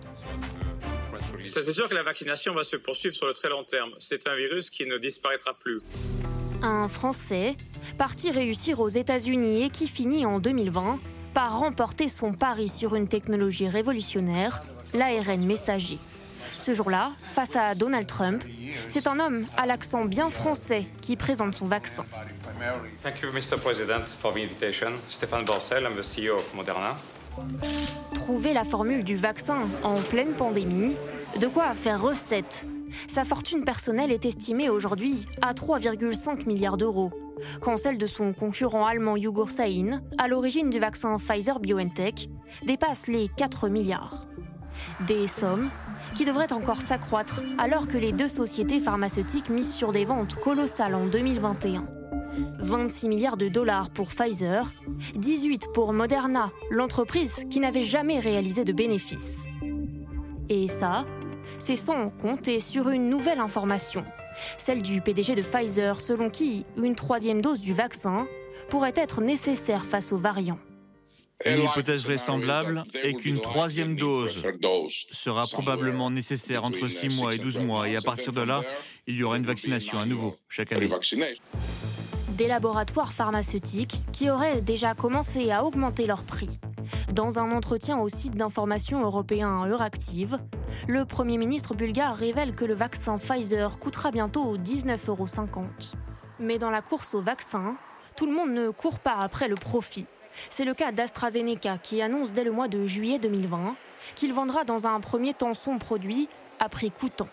C'est sûr que la vaccination va se poursuivre sur le très long terme. C'est un virus qui ne disparaîtra plus. Un Français parti réussir aux États-Unis et qui finit en 2020 par remporter son pari sur une technologie révolutionnaire, l'ARN messager. Ce jour-là, face à Donald Trump, c'est un homme à l'accent bien français qui présente son vaccin. Thank you, Mr. President, for the invitation. Stéphane Bancel, I'm the CEO of Moderna. Trouver la formule du vaccin en pleine pandémie, de quoi faire recette. Sa fortune personnelle est estimée aujourd'hui à 3,5 milliards d'euros, quand celle de son concurrent allemand Ugur Sahin, à l'origine du vaccin Pfizer-BioNTech, dépasse les 4 milliards. Des sommes qui devraient encore s'accroître alors que les deux sociétés pharmaceutiques misent sur des ventes colossales en 2021. 26 milliards de dollars pour Pfizer, 18 pour Moderna, l'entreprise qui n'avait jamais réalisé de bénéfices. Et ça, c'est sans compter sur une nouvelle information, celle du PDG de Pfizer, selon qui une 3e dose du vaccin pourrait être nécessaire face aux variants. Une hypothèse vraisemblable est qu'une 3e dose sera probablement nécessaire entre 6 mois et 12 mois, et à partir de là, il y aura une vaccination à nouveau chaque année. Des laboratoires pharmaceutiques qui auraient déjà commencé à augmenter leur prix. Dans un entretien au site d'information européen Euractiv, le Premier ministre bulgare révèle que le vaccin Pfizer coûtera bientôt 19,50 €. Mais dans la course au vaccin, tout le monde ne court pas après le profit. C'est le cas d'AstraZeneca qui annonce dès le mois de juillet 2020 qu'il vendra dans un premier temps son produit à prix coûtant.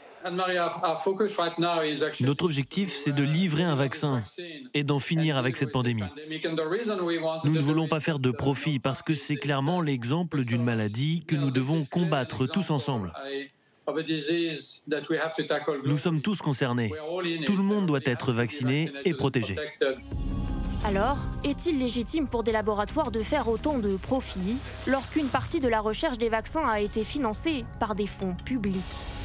Notre objectif, c'est de livrer un vaccin et d'en finir avec cette pandémie. Nous ne voulons pas faire de profit parce que c'est clairement l'exemple d'une maladie que nous devons combattre tous ensemble. Nous sommes tous concernés. Tout le monde doit être vacciné et protégé. Alors, est-il légitime pour des laboratoires de faire autant de profits lorsqu'une partie de la recherche des vaccins a été financée par des fonds publics ?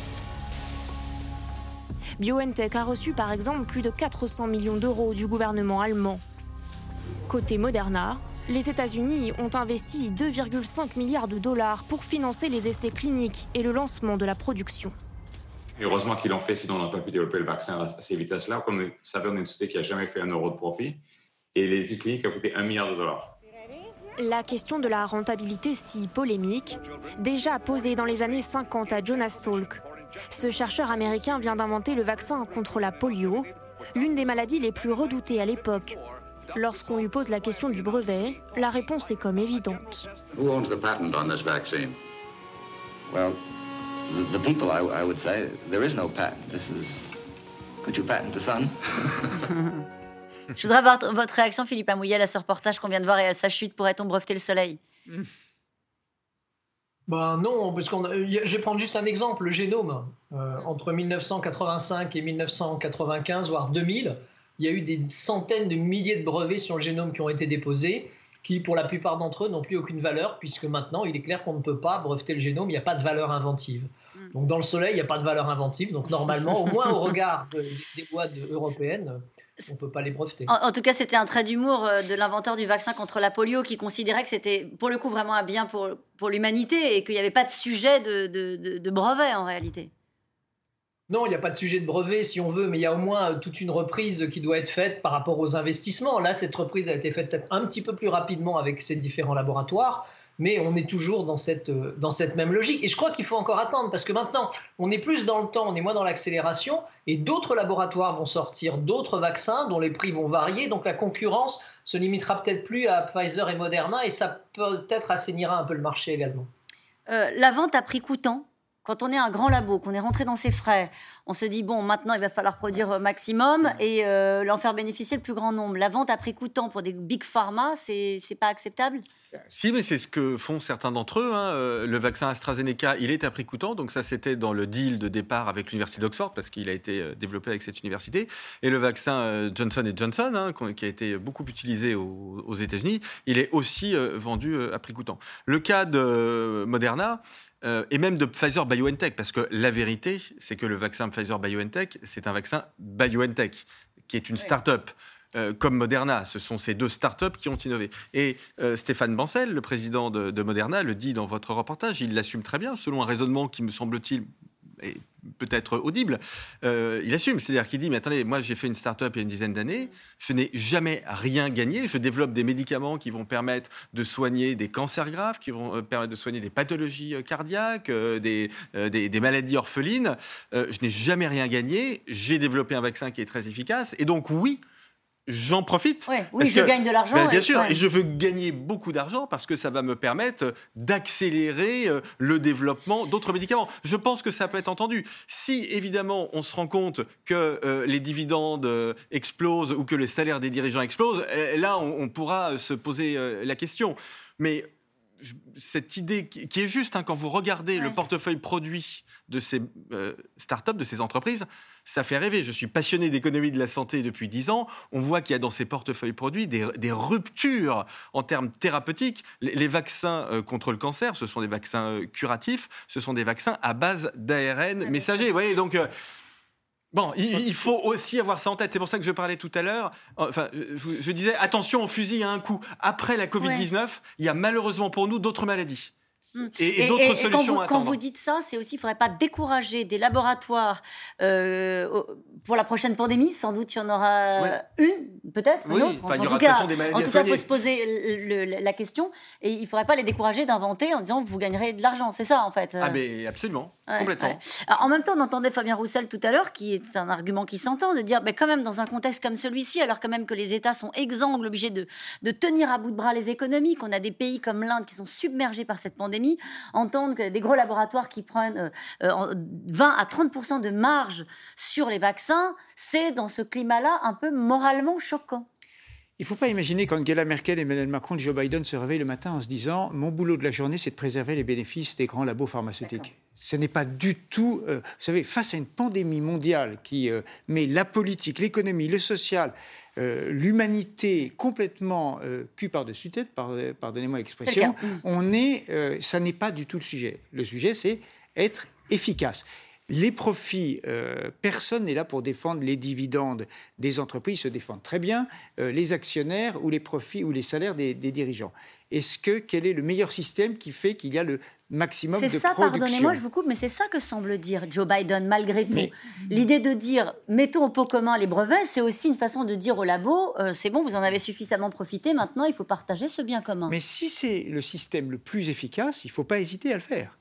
BioNTech a reçu par exemple plus de 400 millions d'euros du gouvernement allemand. Côté Moderna, les États-Unis ont investi 2,5 milliards de dollars pour financer les essais cliniques et le lancement de la production. Heureusement qu'ils l'ont fait, sinon on n'a pas pu développer le vaccin à ces vitesses-là. Comme vous savez, on est une société qui n'a jamais fait 1 euro de profit. Et les études cliniques ont coûté 1 milliard de dollars. La question de la rentabilité si polémique, déjà posée dans les années 50 à Jonas Salk, Ce chercheur américain vient d'inventer le vaccin contre la polio, l'une des maladies les plus redoutées à l'époque. Lorsqu'on lui pose la question du brevet, la réponse est comme évidente. Who owns the patent on this vaccine? Well, the people, I would say. There is no patent. Could you patent the sun? Je voudrais avoir votre réaction, Philippe Amouyel, à ce reportage qu'on vient de voir et à sa chute. Pourrait-on breveter le soleil ? Ben non, parce je vais prendre juste un exemple, le génome. Entre 1985 et 1995, voire 2000, il y a eu des centaines de milliers de brevets sur le génome qui ont été déposés, qui pour la plupart d'entre eux n'ont plus aucune valeur, puisque maintenant il est clair qu'on ne peut pas breveter le génome, il n'y a pas de valeur inventive. Donc dans le soleil, il n'y a pas de valeur inventive, donc normalement, au moins au regard des lois européennes, on ne peut pas les breveter. En tout cas, c'était un trait d'humour de l'inventeur du vaccin contre la polio qui considérait que c'était pour le coup vraiment un bien pour l'humanité et qu'il n'y avait pas de sujet de brevet en réalité. Non, il n'y a pas de sujet de brevet si on veut, mais il y a au moins toute une reprise qui doit être faite par rapport aux investissements. Là, cette reprise a été faite peut-être un petit peu plus rapidement avec ces différents laboratoires, mais on est toujours dans cette même logique. Et je crois qu'il faut encore attendre, parce que maintenant, on est plus dans le temps, on est moins dans l'accélération, et d'autres laboratoires vont sortir d'autres vaccins dont les prix vont varier, donc la concurrence se limitera peut-être plus à Pfizer et Moderna, et ça peut-être assainira un peu le marché également. La vente a pris coûtant. Quand on est un grand labo, qu'on est rentré dans ses frais, on se dit, bon, maintenant, il va falloir produire maximum et l'en faire bénéficier le plus grand nombre. La vente à prix coûtant pour des big pharma, c'est pas acceptable ? Si, mais c'est ce que font certains d'entre eux. Le vaccin AstraZeneca, il est à prix coûtant. Donc ça, c'était dans le deal de départ avec l'université d'Oxford, parce qu'il a été développé avec cette université. Et le vaccin Johnson & Johnson, qui a été beaucoup utilisé aux États-Unis, il est aussi vendu à prix coûtant. Le cas de Moderna... et même de Pfizer-BioNTech, parce que la vérité, c'est que le vaccin Pfizer-BioNTech, c'est un vaccin BioNTech, qui est une start-up. Comme Moderna, ce sont ces deux start-up qui ont innové. Et Stéphane Bancel, le président de Moderna, le dit dans votre reportage, il l'assume très bien, selon un raisonnement qui me semble-t-il est peut-être audible, il assume, c'est-à-dire qu'il dit, mais attendez, moi j'ai fait une start-up il y a une dizaine d'années, je n'ai jamais rien gagné, je développe des médicaments qui vont permettre de soigner des cancers graves, qui vont permettre de soigner des pathologies cardiaques, des maladies orphelines, je n'ai jamais rien gagné, j'ai développé un vaccin qui est très efficace, et donc oui, j'en profite. Oui, je gagne de l'argent. Bien sûr, et je veux gagner beaucoup d'argent parce que ça va me permettre d'accélérer le développement d'autres médicaments. Je pense que ça peut être entendu. Si, évidemment, on se rend compte que les dividendes explosent ou que les salaires des dirigeants explosent, là, on pourra se poser la question. Mais cette idée qui est juste, quand vous regardez le portefeuille produit de ces startups, de ces entreprises, ça fait rêver. Je suis passionné d'économie de la santé depuis 10 ans. On voit qu'il y a dans ces portefeuilles produits des ruptures en termes thérapeutiques. Les vaccins contre le cancer, ce sont des vaccins curatifs, ce sont des vaccins à base d'ARN messager. Vous voyez, donc... Bon, il faut aussi avoir ça en tête. C'est pour ça que je parlais tout à l'heure. Enfin, je disais, attention, on fusille à un coup. Après la Covid-19, il y a malheureusement pour nous d'autres maladies. Et d'autres solutions à attendre. Quand vous dites ça, c'est aussi, il ne faudrait pas décourager des laboratoires pour la prochaine pandémie. Sans doute, il y en aura une, peut-être, une autre. Il y aura de toute façon des maladies à soigner. Il faut se poser la question. Et il ne faudrait pas les décourager d'inventer en disant vous gagnerez de l'argent. C'est ça, en fait. Ah, mais absolument. Complètement. Ouais. Alors, en même temps, on entendait Fabien Roussel tout à l'heure, qui est un argument qui s'entend, de dire, quand même, dans un contexte comme celui-ci, alors quand même que les États sont exsangues, obligés de tenir à bout de bras les économies, qu'on a des pays comme l'Inde qui sont submergés par cette pandémie, entendre que des gros laboratoires qui prennent 20 à 30% de marge sur les vaccins, c'est dans ce climat-là un peu moralement choquant. Il ne faut pas imaginer qu'Angela Merkel, Emmanuel Macron et Joe Biden se réveillent le matin en se disant « Mon boulot de la journée, c'est de préserver les bénéfices des grands labos pharmaceutiques ». D'accord. Ce n'est pas du tout... vous savez, face à une pandémie mondiale qui met la politique, l'économie, le social, l'humanité complètement cul par-dessus tête, pardonnez-moi l'expression, ça n'est pas du tout le sujet. Le sujet, c'est être efficace. Les profits, personne n'est là pour défendre les dividendes des entreprises, se défendent très bien, les actionnaires ou les profits ou les salaires des dirigeants. Quel est le meilleur système qui fait qu'il y a le maximum de production ? Pardonnez-moi, je vous coupe, mais c'est ça que semble dire Joe Biden, malgré tout. L'idée de dire, mettons au pot commun les brevets, c'est aussi une façon de dire aux labos, c'est bon, vous en avez suffisamment profité, maintenant il faut partager ce bien commun. Mais si c'est le système le plus efficace, il ne faut pas hésiter à le faire.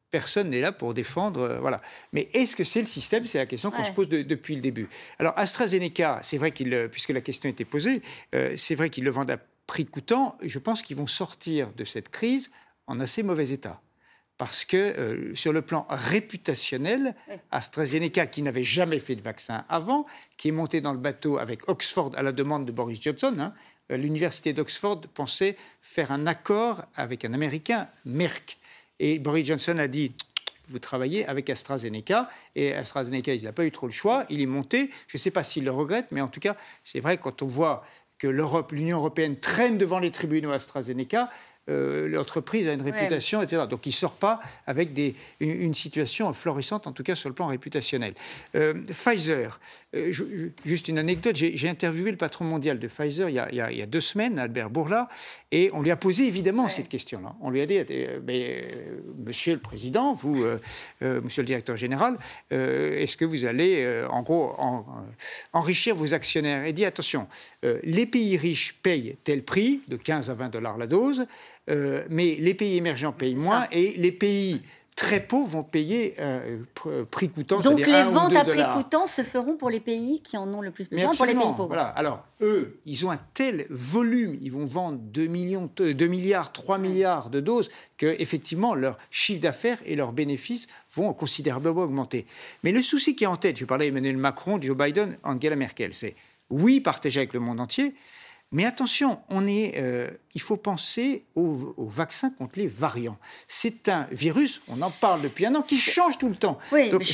Personne n'est là pour défendre, voilà. Mais est-ce que c'est le système? C'est la question qu'on se pose depuis le début. Alors AstraZeneca, c'est vrai puisque la question était posée, c'est vrai qu'ils le vendent à prix coûtant. Je pense qu'ils vont sortir de cette crise en assez mauvais état. Parce que sur le plan réputationnel, AstraZeneca, qui n'avait jamais fait de vaccin avant, qui est monté dans le bateau avec Oxford à la demande de Boris Johnson, l'université d'Oxford pensait faire un accord avec un Américain, Merck. Et Boris Johnson a dit, vous travaillez avec AstraZeneca. Et AstraZeneca, il n'a pas eu trop le choix. Il est monté. Je ne sais pas s'il le regrette, mais en tout cas, c'est vrai, quand on voit que l'Union européenne traîne devant les tribunaux AstraZeneca, l'entreprise a une réputation, etc. Donc il ne sort pas avec une situation florissante, en tout cas sur le plan réputationnel. Pfizer, juste une anecdote, j'ai interviewé le patron mondial de Pfizer il y a 2 semaines, Albert Bourla, et on lui a posé évidemment cette question-là. On lui a dit, mais, monsieur le président, vous, monsieur le directeur général, est-ce que vous allez, en gros, enrichir vos actionnaires? Et dit, attention, les pays riches payent tel prix, de 15 à $20 la dose, mais les pays émergents payent moins et les pays très pauvres vont payer prix coûtant. Donc les ventes à prix coûtant se feront pour les pays qui en ont le plus besoin, pour les pays pauvres. Voilà. Alors eux, ils ont un tel volume, ils vont vendre 2 milliards, 3 milliards de doses, qu'effectivement leur chiffre d'affaires et leurs bénéfices vont considérablement augmenter. Mais le souci qui est en tête, je parlais d'Emmanuel Macron, Joe Biden, Angela Merkel, c'est oui, partager avec le monde entier. Mais attention, il faut penser au vaccin contre les variants. C'est un virus, on en parle depuis 1 an, qui change tout le temps. Oui, donc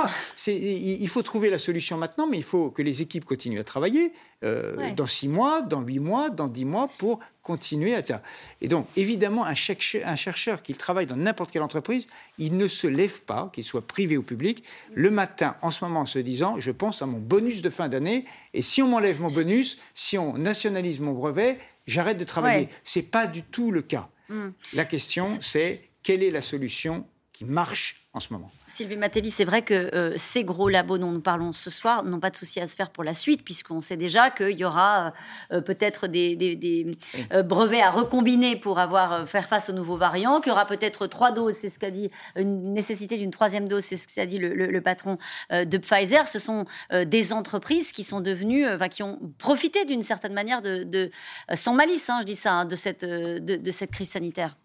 il faut trouver la solution maintenant, mais il faut que les équipes continuent à travailler dans 6 mois, dans 8 mois, dans 10 mois pour continuer à ça. Et donc, évidemment, un chercheur qui travaille dans n'importe quelle entreprise, il ne se lève pas, qu'il soit privé ou public, le matin, en ce moment, en se disant, je pense à mon bonus de fin d'année, et si on m'enlève mon bonus, si on nationalise mon brevet, j'arrête de travailler. C'est pas du tout le cas. La question, c'est quelle est la solution qui marche en ce moment. Sylvie Matelli, c'est vrai que ces gros labos dont nous parlons ce soir n'ont pas de souci à se faire pour la suite, puisqu'on sait déjà qu'il y aura peut-être des brevets à recombiner pour faire face aux nouveaux variants, qu'il y aura peut-être 3 doses, c'est ce qu'a dit, une nécessité d'une 3e dose, c'est ce qu'a dit le patron de Pfizer. Ce sont des entreprises qui sont devenues, qui ont profité d'une certaine manière sans malice, je dis ça, de cette crise sanitaire.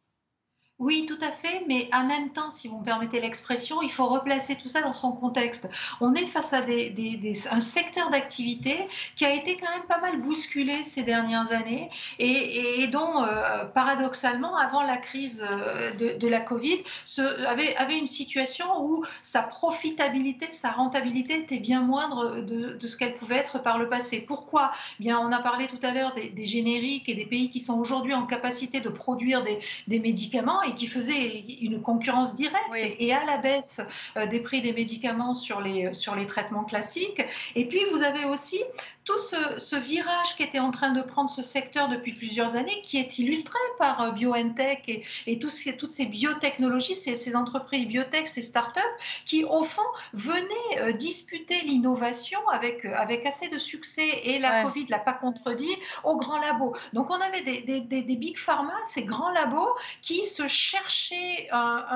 Oui, tout à fait, mais en même temps, si vous me permettez l'expression, il faut replacer tout ça dans son contexte. On est face à un secteur d'activité qui a été quand même pas mal bousculé ces dernières années et dont, paradoxalement, avant la crise de la Covid, avait une situation où sa profitabilité, sa rentabilité était bien moindre de ce qu'elle pouvait être par le passé. Pourquoi ? Bien, on a parlé tout à l'heure des génériques et des pays qui sont aujourd'hui en capacité de produire des médicaments et qui faisait une concurrence directe et à la baisse des prix des médicaments sur les traitements classiques. Et puis, vous avez aussi tout ce virage qui était en train de prendre ce secteur depuis plusieurs années, qui est illustré par BioNTech et toutes ces biotechnologies, ces entreprises biotech, ces startups, qui, au fond, venaient disputer l'innovation avec assez de succès, et la Covid ne l'a pas contredit, aux grands labos. Donc, on avait des big pharma, ces grands labos, qui se cherchaient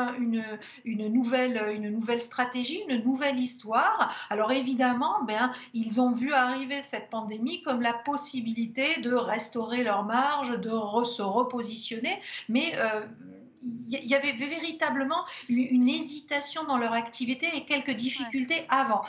une nouvelle stratégie, une nouvelle histoire. Alors, évidemment, ils ont vu arriver cette pandémie comme la possibilité de restaurer leur marge, de se repositionner, mais il y avait véritablement une hésitation dans leur activité et quelques difficultés avant.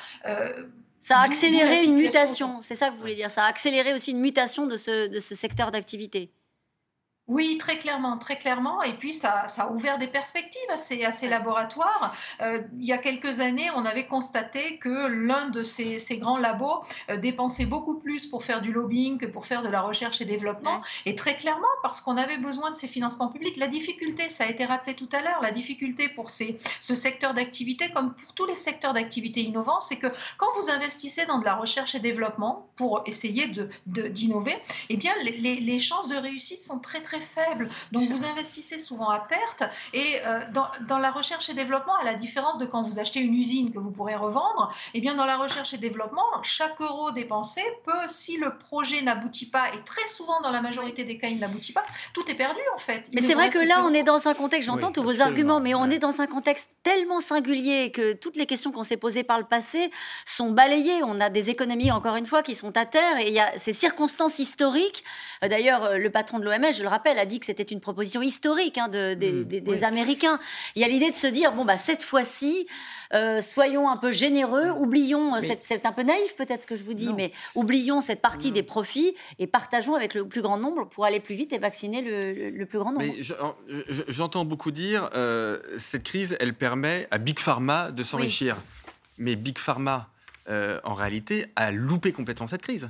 Ça a accéléré une mutation, c'est ça que vous voulez dire, ça a accéléré aussi une mutation de ce secteur d'activité. Oui, très clairement. Et puis, ça a ouvert des perspectives à ces laboratoires. Il y a quelques années, on avait constaté que l'un de ces grands labos dépensait beaucoup plus pour faire du lobbying que pour faire de la recherche et développement. Et très clairement, parce qu'on avait besoin de ces financements publics. La difficulté, ça a été rappelé tout à l'heure, la difficulté pour ce secteur d'activité, comme pour tous les secteurs d'activité innovants, c'est que quand vous investissez dans de la recherche et développement pour essayer d'innover, eh bien, les chances de réussite sont très, très très faible. Donc vous investissez souvent à perte. Et dans la recherche et développement, à la différence de quand vous achetez une usine que vous pourrez revendre, eh bien dans la recherche et développement, chaque euro dépensé peut, si le projet n'aboutit pas, et très souvent dans la majorité des cas il n'aboutit pas, tout est perdu en fait. Mais c'est vrai que là on est dans un contexte, j'entends tous vos arguments, mais on est dans un contexte tellement singulier que toutes les questions qu'on s'est posées par le passé sont balayées. On a des économies, encore une fois, qui sont à terre, et il y a ces circonstances historiques. D'ailleurs, le patron de l'OMS, je le rappelle, a dit que c'était une proposition historique des Américains. Il y a l'idée de se dire, cette fois-ci, soyons un peu généreux, oublions, c'est un peu naïf peut-être ce que je vous dis, mais oublions cette partie des profits et partageons avec le plus grand nombre pour aller plus vite et vacciner le plus grand nombre. Mais j'entends beaucoup dire, cette crise, elle permet à Big Pharma de s'enrichir. Mais Big Pharma, en réalité, a loupé complètement cette crise.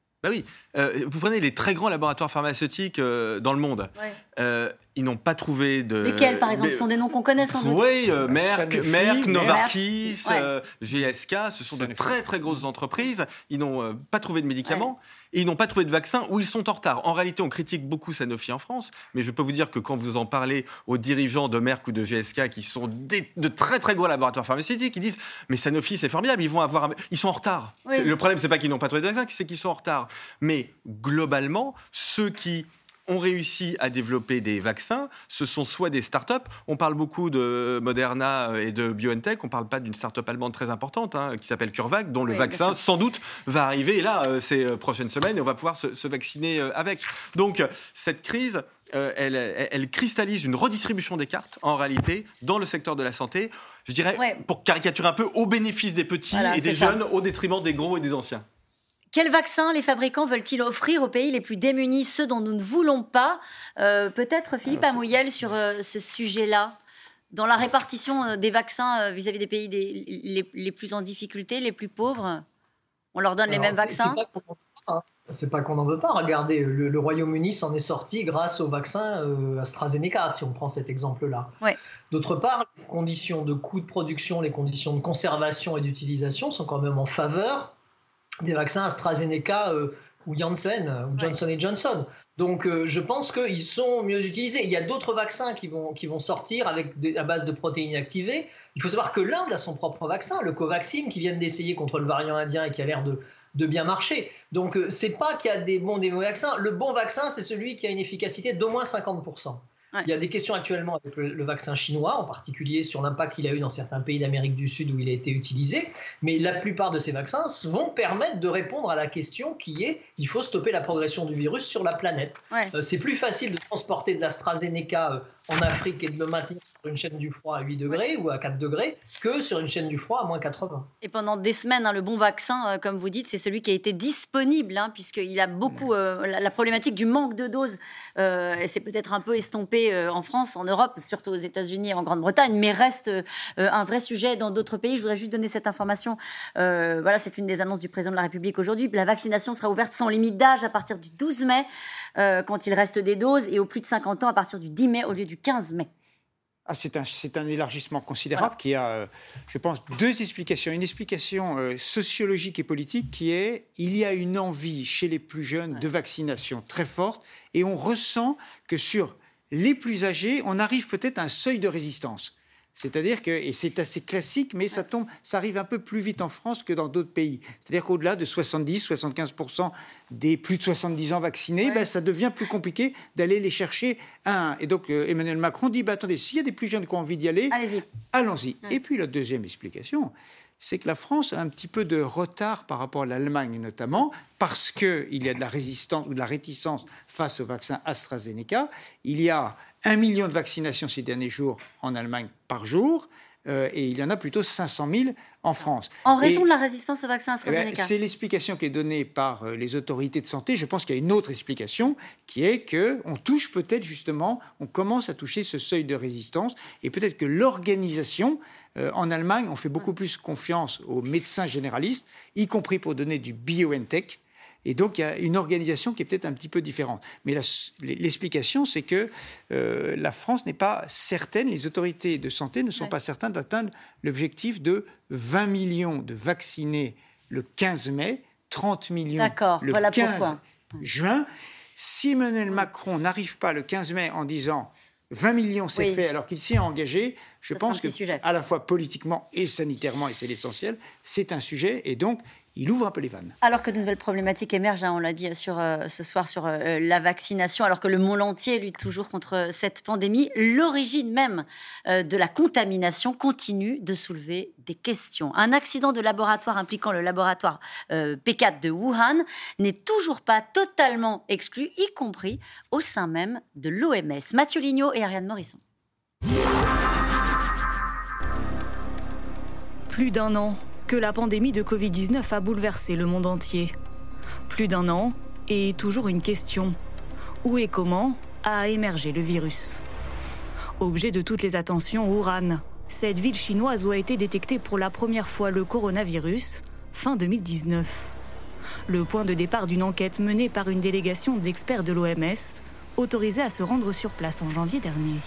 Vous prenez les très grands laboratoires pharmaceutiques dans le monde. Ils n'ont pas trouvé de... Lesquels, par exemple, sont des noms qu'on connaît sans doute. Oui, Merck, Novartis, GSK, ce sont de très très grosses entreprises. Ils n'ont pas trouvé de médicaments et ils n'ont pas trouvé de vaccins ou ils sont en retard. En réalité, on critique beaucoup Sanofi en France, mais je peux vous dire que quand vous en parlez aux dirigeants de Merck ou de GSK qui sont de très très gros laboratoires pharmaceutiques, ils disent « mais Sanofi, c'est formidable, ils sont en retard ». Le problème, c'est pas qu'ils n'ont pas trouvé de vaccins, c'est qu'ils sont en retard. Mais globalement, ceux qui ont réussi à développer des vaccins, ce sont soit des start-up, on parle beaucoup de Moderna et de BioNTech, on ne parle pas d'une start-up allemande très importante qui s'appelle CureVac, dont le vaccin sans doute va arriver, et là, ces prochaines semaines, et on va pouvoir se vacciner avec. Donc, cette crise, elle cristallise une redistribution des cartes, en réalité, dans le secteur de la santé, je dirais, pour caricaturer un peu, au bénéfice des petits et des jeunes, au détriment des gros et des anciens. Quels vaccins les fabricants veulent-ils offrir aux pays les plus démunis, ceux dont nous ne voulons pas ? Peut-être Philippe Amouyel sur ce sujet-là, dans la répartition des vaccins vis-à-vis des pays les plus en difficulté, les plus pauvres. On leur donne les mêmes vaccins ? C'est pas qu'on n'en veut pas. Regardez, le Royaume-Uni s'en est sorti grâce au vaccin AstraZeneca, si on prend cet exemple-là. D'autre part, les conditions de coût de production, les conditions de conservation et d'utilisation sont quand même en faveur des vaccins AstraZeneca ou Janssen ou Johnson & Johnson. Donc je pense qu'ils sont mieux utilisés. Il y a d'autres vaccins qui vont sortir à base de protéines activées. Il faut savoir que l'Inde a son propre vaccin, le Covaxin, qui viennent d'essayer contre le variant indien et qui a l'air de bien marcher. Donc c'est pas qu'il y a des bons et des mauvais vaccins. Le bon vaccin, c'est celui qui a une efficacité d'au moins 50%. Il y a des questions actuellement avec le vaccin chinois, en particulier sur l'impact qu'il a eu dans certains pays d'Amérique du Sud où il a été utilisé. Mais la plupart de ces vaccins vont permettre de répondre à la question qui est il faut stopper la progression du virus sur la planète. C'est plus facile de transporter de l'AstraZeneca en Afrique et de le maintenir sur une chaîne du froid à 8 degrés ou à 4 degrés que sur une chaîne du froid à moins 80. Et pendant des semaines, le bon vaccin, comme vous dites, c'est celui qui a été disponible, puisqu'il a beaucoup la problématique du manque de doses. C'est peut-être un peu estompé en France, en Europe, surtout aux États-Unis et en Grande-Bretagne, mais reste un vrai sujet dans d'autres pays. Je voudrais juste donner cette information. C'est une des annonces du président de la République aujourd'hui. La vaccination sera ouverte sans limite d'âge à partir du 12 mai, quand il reste des doses, et aux plus de 50 ans à partir du 10 mai au lieu du 15 mai. C'est un élargissement considérable qui a, je pense, deux explications. Une explication sociologique et politique qui est il y a une envie chez les plus jeunes de vaccination très forte et on ressent que sur les plus âgés, on arrive peut-être à un seuil de résistance. C'est-à-dire que, et c'est assez classique, mais ça arrive un peu plus vite en France que dans d'autres pays. C'est-à-dire qu'au-delà de 70-75% des plus de 70 ans vaccinés, ça devient plus compliqué d'aller les chercher un. Et donc Emmanuel Macron dit, attendez, s'il y a des plus jeunes qui ont envie d'y aller, allons-y. Et puis la deuxième explication, c'est que la France a un petit peu de retard par rapport à l'Allemagne notamment, parce qu'il y a de la résistance ou de la réticence face au vaccin AstraZeneca. Il y a 1 million de vaccinations ces derniers jours en Allemagne par jour, et il y en a plutôt 500 000 en France. En raison de la résistance au vaccin AstraZeneca. C'est l'explication qui est donnée par les autorités de santé. Je pense qu'il y a une autre explication qui est qu'on touche peut-être justement, on commence à toucher ce seuil de résistance, et peut-être que l'organisation, en Allemagne, on fait beaucoup plus confiance aux médecins généralistes, y compris pour donner du BioNTech. Et donc, il y a une organisation qui est peut-être un petit peu différente. Mais l'explication, c'est que la France n'est pas certaine, les autorités de santé ne sont pas certaines d'atteindre l'objectif de 20 millions de vaccinés le 15 mai, 30 millions le 15 juin. Si Emmanuel Macron n'arrive pas le 15 mai en disant 20 millions c'est fait alors qu'il s'y est engagé, je pense que à la fois politiquement et sanitairement, et c'est l'essentiel, c'est un sujet et donc il ouvre un peu les vannes. Alors que de nouvelles problématiques émergent, on l'a dit ce soir sur la vaccination, alors que le monde entier lutte toujours contre cette pandémie, l'origine même de la contamination continue de soulever des questions. Un accident de laboratoire impliquant le laboratoire P4 de Wuhan n'est toujours pas totalement exclu, y compris au sein même de l'OMS. Mathieu Lignot et Ariane Morisson. Plus d'un an que la pandémie de Covid-19 a bouleversé le monde entier. Plus d'un an et toujours une question. Où et comment a émergé le virus ? Objet de toutes les attentions, Wuhan, cette ville chinoise où a été détecté pour la première fois le coronavirus, fin 2019. Le point de départ d'une enquête menée par une délégation d'experts de l'OMS, autorisée à se rendre sur place en janvier dernier.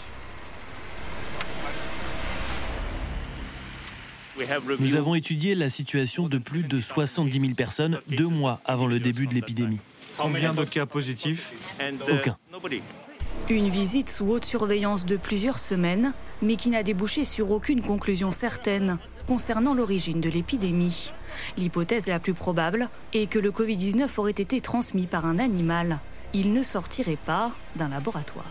Nous avons étudié la situation de plus de 70 000 personnes 2 mois avant le début de l'épidémie. Combien de cas positifs ? Aucun. Une visite sous haute surveillance de plusieurs semaines, mais qui n'a débouché sur aucune conclusion certaine concernant l'origine de l'épidémie. L'hypothèse la plus probable est que le Covid-19 aurait été transmis par un animal. Il ne sortirait pas d'un laboratoire.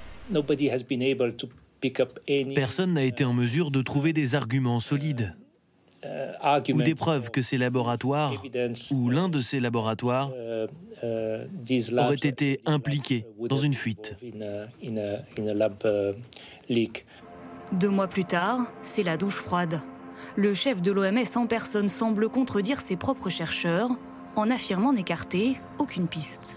Personne n'a été en mesure de trouver des arguments solides ou des preuves que ces laboratoires ou l'un de ces laboratoires aurait été impliqué dans une fuite. 2 mois plus tard, c'est la douche froide. Le chef de l'OMS en personne semble contredire ses propres chercheurs en affirmant n'écarter aucune piste.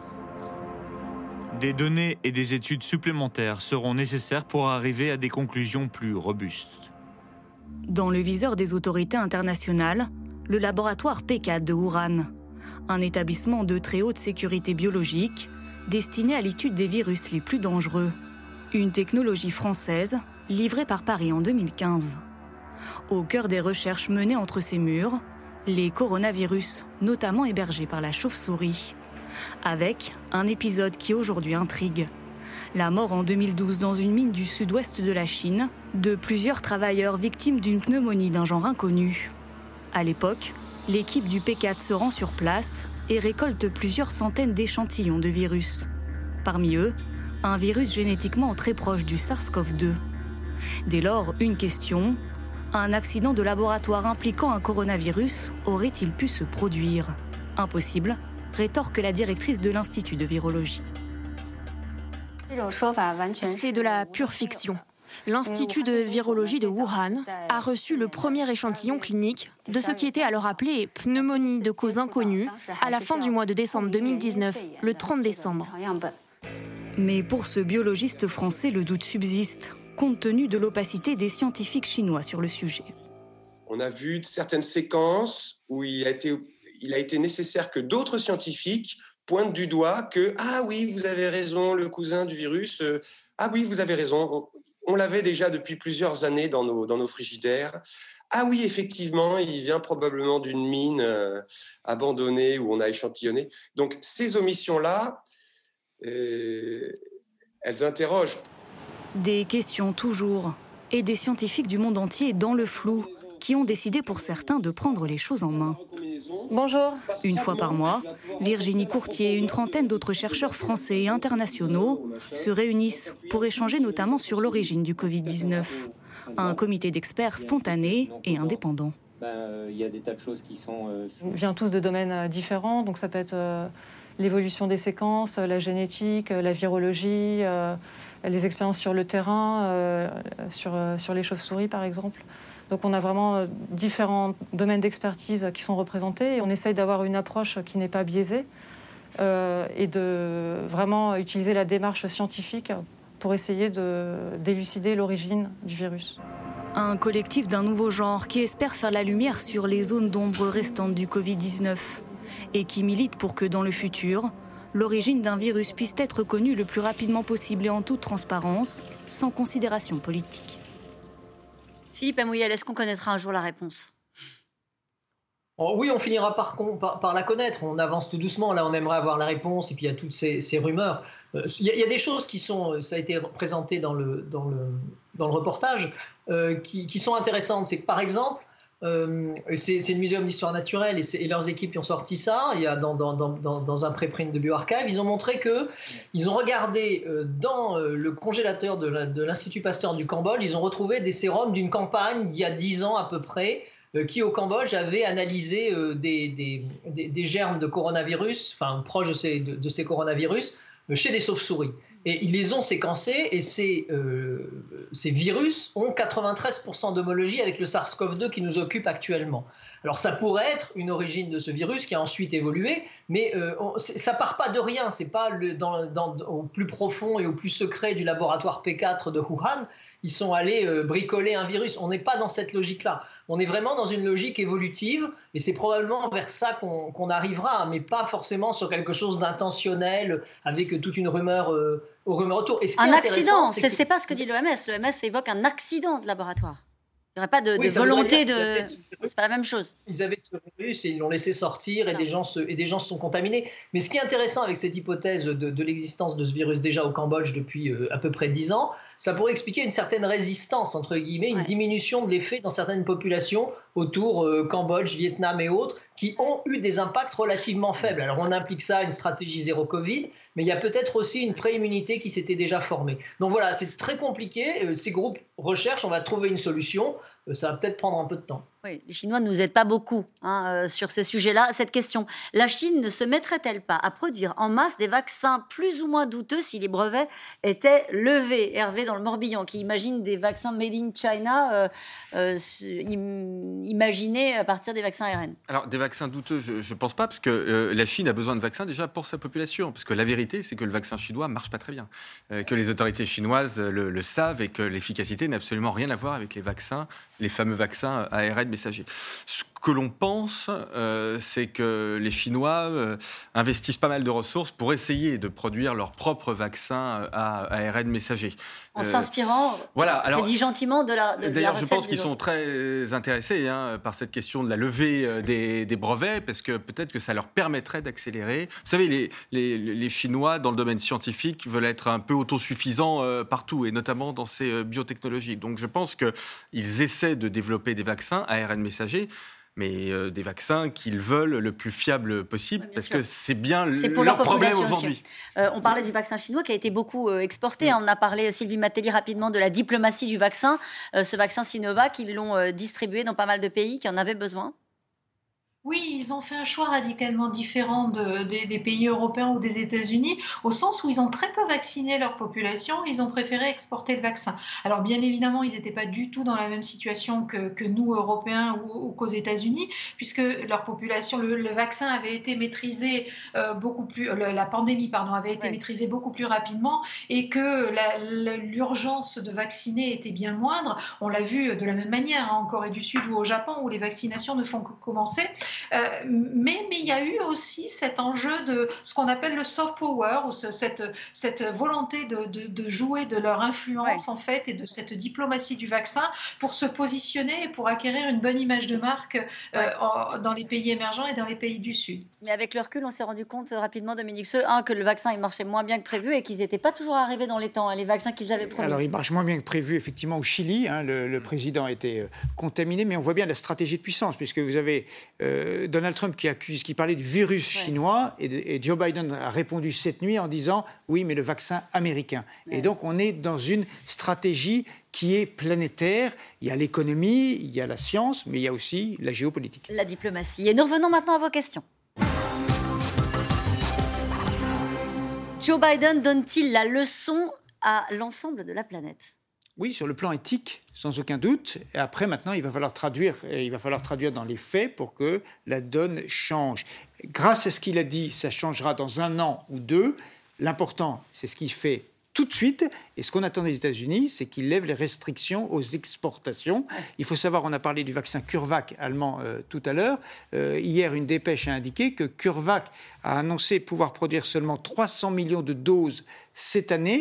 Des données et des études supplémentaires seront nécessaires pour arriver à des conclusions plus robustes. Dans le viseur des autorités internationales, le laboratoire P4 de Wuhan, un établissement de très haute sécurité biologique destiné à l'étude des virus les plus dangereux. Une technologie française livrée par Paris en 2015. Au cœur des recherches menées entre ces murs, les coronavirus, notamment hébergés par la chauve-souris. Avec un épisode qui aujourd'hui intrigue. La mort en 2012 dans une mine du sud-ouest de la Chine de plusieurs travailleurs victimes d'une pneumonie d'un genre inconnu. À l'époque, l'équipe du P4 se rend sur place et récolte plusieurs centaines d'échantillons de virus. Parmi eux, un virus génétiquement très proche du SARS-CoV-2. Dès lors, une question, un accident de laboratoire impliquant un coronavirus aurait-il pu se produire ? Impossible, rétorque la directrice de l'Institut de virologie. C'est de la pure fiction. L'Institut de virologie de Wuhan a reçu le premier échantillon clinique de ce qui était alors appelé pneumonie de cause inconnue à la fin du mois de décembre 2019, le 30 décembre. Mais pour ce biologiste français, le doute subsiste, compte tenu de l'opacité des scientifiques chinois sur le sujet. On a vu certaines séquences où il a été nécessaire que d'autres scientifiques pointent du doigt que « Ah oui, vous avez raison, le cousin du virus, ah oui, vous avez raison, on l'avait déjà depuis plusieurs années dans nos frigidaires. Ah oui, effectivement, il vient probablement d'une mine abandonnée où on a échantillonné. » Donc ces omissions-là, elles interrogent. Des questions toujours, et des scientifiques du monde entier dans le flou, qui ont décidé pour certains de prendre les choses en main. Bonjour. Une fois par mois, Virginie Courtier et une trentaine d'autres chercheurs français et internationaux se réunissent pour échanger notamment sur l'origine du Covid-19. Un comité d'experts spontané et indépendant. Il y a des tas de choses qui sont... On vient tous de domaines différents, donc ça peut être l'évolution des séquences, la génétique, la virologie, les expériences sur le terrain, sur les chauves-souris par exemple. Donc on a vraiment différents domaines d'expertise qui sont représentés et on essaye d'avoir une approche qui n'est pas biaisée et de vraiment utiliser la démarche scientifique pour essayer d'élucider l'origine du virus. Un collectif d'un nouveau genre qui espère faire la lumière sur les zones d'ombre restantes du Covid-19 et qui milite pour que dans le futur, l'origine d'un virus puisse être connue le plus rapidement possible et en toute transparence, sans considération politique. Philippe Amouyel, est-ce qu'on connaîtra un jour la réponse ? Oui, on finira par la connaître. On avance tout doucement. Là, on aimerait avoir la réponse. Et puis, il y a toutes ces rumeurs. Il y a des choses qui sont, ça a été présenté dans le reportage, qui sont intéressantes. C'est que, par exemple, c'est le Muséum d'histoire naturelle et leurs équipes qui ont sorti ça. Il y a dans un préprint de BioArchive, ils ont montré qu'ils ont regardé dans le congélateur de l'Institut Pasteur du Cambodge, ils ont retrouvé des sérums d'une campagne d'il y a 10 ans à peu près, qui au Cambodge avait analysé des germes de coronavirus, enfin proches de ces coronavirus, chez des chauves-souris. Et ils les ont séquencés et ces virus ont 93% d'homologie avec le SARS-CoV-2 qui nous occupe actuellement. Alors ça pourrait être une origine de ce virus qui a ensuite évolué, mais ça part pas de rien, c'est pas au plus profond et au plus secret du laboratoire P4 de Wuhan. Ils sont allés bricoler un virus. On n'est pas dans cette logique-là. On est vraiment dans une logique évolutive et c'est probablement vers ça qu'on arrivera, mais pas forcément sur quelque chose d'intentionnel avec toute une rumeur autour. Un accident, c'est pas ce que dit l'OMS. L'OMS évoque un accident de laboratoire. Il n'y aurait pas de volonté de... C'est pas la même chose. Ils avaient ce virus et ils l'ont laissé sortir et des gens se sont contaminés. Mais ce qui est intéressant avec cette hypothèse de l'existence de ce virus déjà au Cambodge depuis à peu près 10 ans, ça pourrait expliquer une certaine résistance, entre guillemets, une diminution de l'effet dans certaines populations autour Cambodge, Vietnam et autres, qui ont eu des impacts relativement faibles. Alors on implique ça à une stratégie zéro Covid, mais il y a peut-être aussi une préimmunité qui s'était déjà formée. Donc voilà, c'est très compliqué. Ces groupes recherchent, on va trouver une solution. Ça va peut-être prendre un peu de temps. Oui, les Chinois ne nous aident pas beaucoup sur ces sujets-là. Cette question, la Chine ne se mettrait-elle pas à produire en masse des vaccins plus ou moins douteux si les brevets étaient levés? Hervé dans le Morbihan, qui imagine des vaccins made in China, imaginés à partir des vaccins ARN. Alors, des vaccins douteux, je ne pense pas, parce que la Chine a besoin de vaccins déjà pour sa population. Parce que la vérité, c'est que le vaccin chinois ne marche pas très bien. Que les autorités chinoises le savent et que l'efficacité n'a absolument rien à voir avec les vaccins, les fameux vaccins ARN messagers. Ce que l'on pense, c'est que les Chinois investissent pas mal de ressources pour essayer de produire leur propre vaccin à ARN messager. En s'inspirant, c'est dit gentiment, de la D'ailleurs, je pense qu'ils autres. sont très intéressés par cette question de la levée des brevets, parce que peut-être que ça leur permettrait d'accélérer. Vous savez, les Chinois, dans le domaine scientifique, veulent être un peu autosuffisants partout, et notamment dans ces biotechnologies. Donc je pense qu'ils essaient de développer des vaccins ARN messagers, mais des vaccins qu'ils veulent le plus fiable possible, parce que c'est bien leur problème aujourd'hui. On parlait du vaccin chinois qui a été beaucoup exporté. On a parlé, Sylvie Matelli, rapidement de la diplomatie du vaccin. Ce vaccin Sinovac, ils l'ont distribué dans pas mal de pays qui en avaient besoin. Oui, ils ont fait un choix radicalement différent des pays européens ou des États-Unis, au sens où ils ont très peu vacciné leur population, ils ont préféré exporter le vaccin. Alors bien évidemment, ils n'étaient pas du tout dans la même situation que nous, Européens, ou qu'aux États-Unis, puisque leur population, le vaccin avait été maîtrisé beaucoup plus, la pandémie, avait été maîtrisée beaucoup plus rapidement, et que l'urgence de vacciner était bien moindre. On l'a vu de la même manière en Corée du Sud ou au Japon, où les vaccinations ne font que commencer. Mais il y a eu aussi cet enjeu de ce qu'on appelle le soft power, ou cette volonté de jouer de leur influence en fait, et de cette diplomatie du vaccin pour se positionner et pour acquérir une bonne image de marque dans les pays émergents et dans les pays du Sud. Mais avec le recul, on s'est rendu compte rapidement, Dominique Seux, que le vaccin il marchait moins bien que prévu et qu'ils n'étaient pas toujours arrivés dans les temps, les vaccins qu'ils avaient promis. Alors il marche moins bien que prévu effectivement au Chili, le président a été contaminé, mais on voit bien la stratégie de puissance, puisque vous avez Donald Trump qui parlait du virus chinois, et Joe Biden a répondu cette nuit en disant oui, mais le vaccin américain. Et donc on est dans une stratégie qui est planétaire. Il y a l'économie, il y a la science, mais il y a aussi la géopolitique. La diplomatie. Et nous revenons maintenant à vos questions. Joe Biden donne-t-il la leçon à l'ensemble de la planète ? Oui, sur le plan éthique, sans aucun doute. Et après, maintenant, il va falloir traduire dans les faits pour que la donne change. Grâce à ce qu'il a dit, ça changera dans 1 an ou 2. L'important, c'est ce qu'il fait tout de suite. Et ce qu'on attend des États-Unis, c'est qu'il lève les restrictions aux exportations. Il faut savoir, on a parlé du vaccin CureVac allemand tout à l'heure. Hier, une dépêche a indiqué que CureVac a annoncé pouvoir produire seulement 300 millions de doses cette année,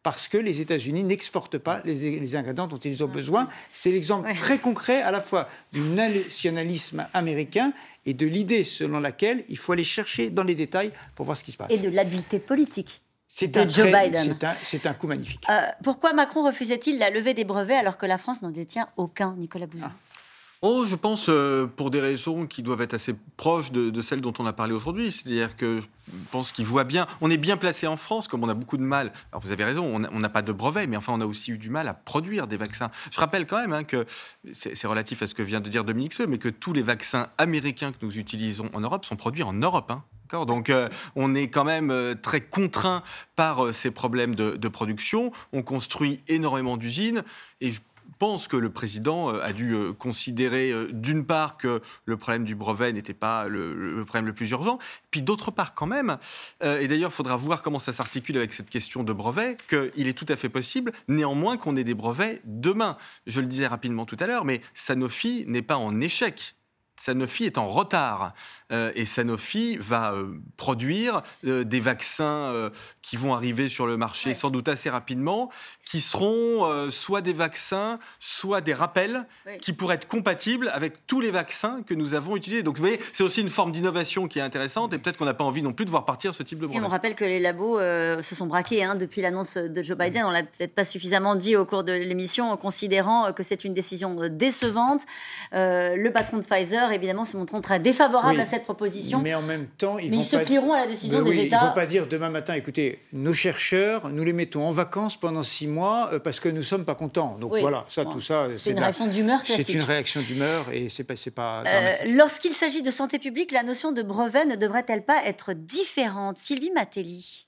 parce que les États-Unis n'exportent pas les ingrédients dont ils ont besoin. C'est l'exemple très concret à la fois du nationalisme américain et de l'idée selon laquelle il faut aller chercher dans les détails pour voir ce qui se passe. Et de l'habileté politique. C'est un coup magnifique. Pourquoi Macron refusait-il la levée des brevets alors que la France n'en détient aucun, Nicolas Bouzou? Je pense pour des raisons qui doivent être assez proches de celles dont on a parlé aujourd'hui. C'est-à-dire que je pense qu'il voit bien... On est bien placé en France, comme on a beaucoup de mal... Alors vous avez raison, on n'a pas de brevets, mais enfin on a aussi eu du mal à produire des vaccins. Je rappelle quand même que, c'est relatif à ce que vient de dire Dominique Seux, mais que tous les vaccins américains que nous utilisons en Europe sont produits en Europe. Donc on est quand même très contraint par ces problèmes de production. On construit énormément d'usines et je pense que le président a dû considérer d'une part que le problème du brevet n'était pas le problème le plus urgent, puis d'autre part quand même, et d'ailleurs il faudra voir comment ça s'articule avec cette question de brevet, qu'il est tout à fait possible néanmoins qu'on ait des brevets demain. Je le disais rapidement tout à l'heure, mais Sanofi n'est pas en échec. Sanofi est en retard et Sanofi va produire des vaccins qui vont arriver sur le marché sans doute assez rapidement, qui seront soit des vaccins, soit des rappels qui pourraient être compatibles avec tous les vaccins que nous avons utilisés. Donc vous voyez, c'est aussi une forme d'innovation qui est intéressante et peut-être qu'on n'a pas envie non plus de voir partir ce type de brevet. Et on rappelle que les labos se sont braqués depuis l'annonce de Joe Biden. On ne l'a peut-être pas suffisamment dit au cours de l'émission, considérant que c'est une décision décevante. Le patron de Pfizer, évidemment, se montrant très défavorable à cette proposition. Mais en même temps, ils se plieront à la décision des États. Il ne faut pas dire demain matin, écoutez, nos chercheurs, nous les mettons en vacances pendant 6 mois parce que nous ne sommes pas contents. Donc voilà, tout ça... C'est une réaction d'humeur classique. C'est une réaction d'humeur et c'est pas dramatique. Lorsqu'il s'agit de santé publique, la notion de brevet ne devrait-elle pas être différente? Sylvie Matelli.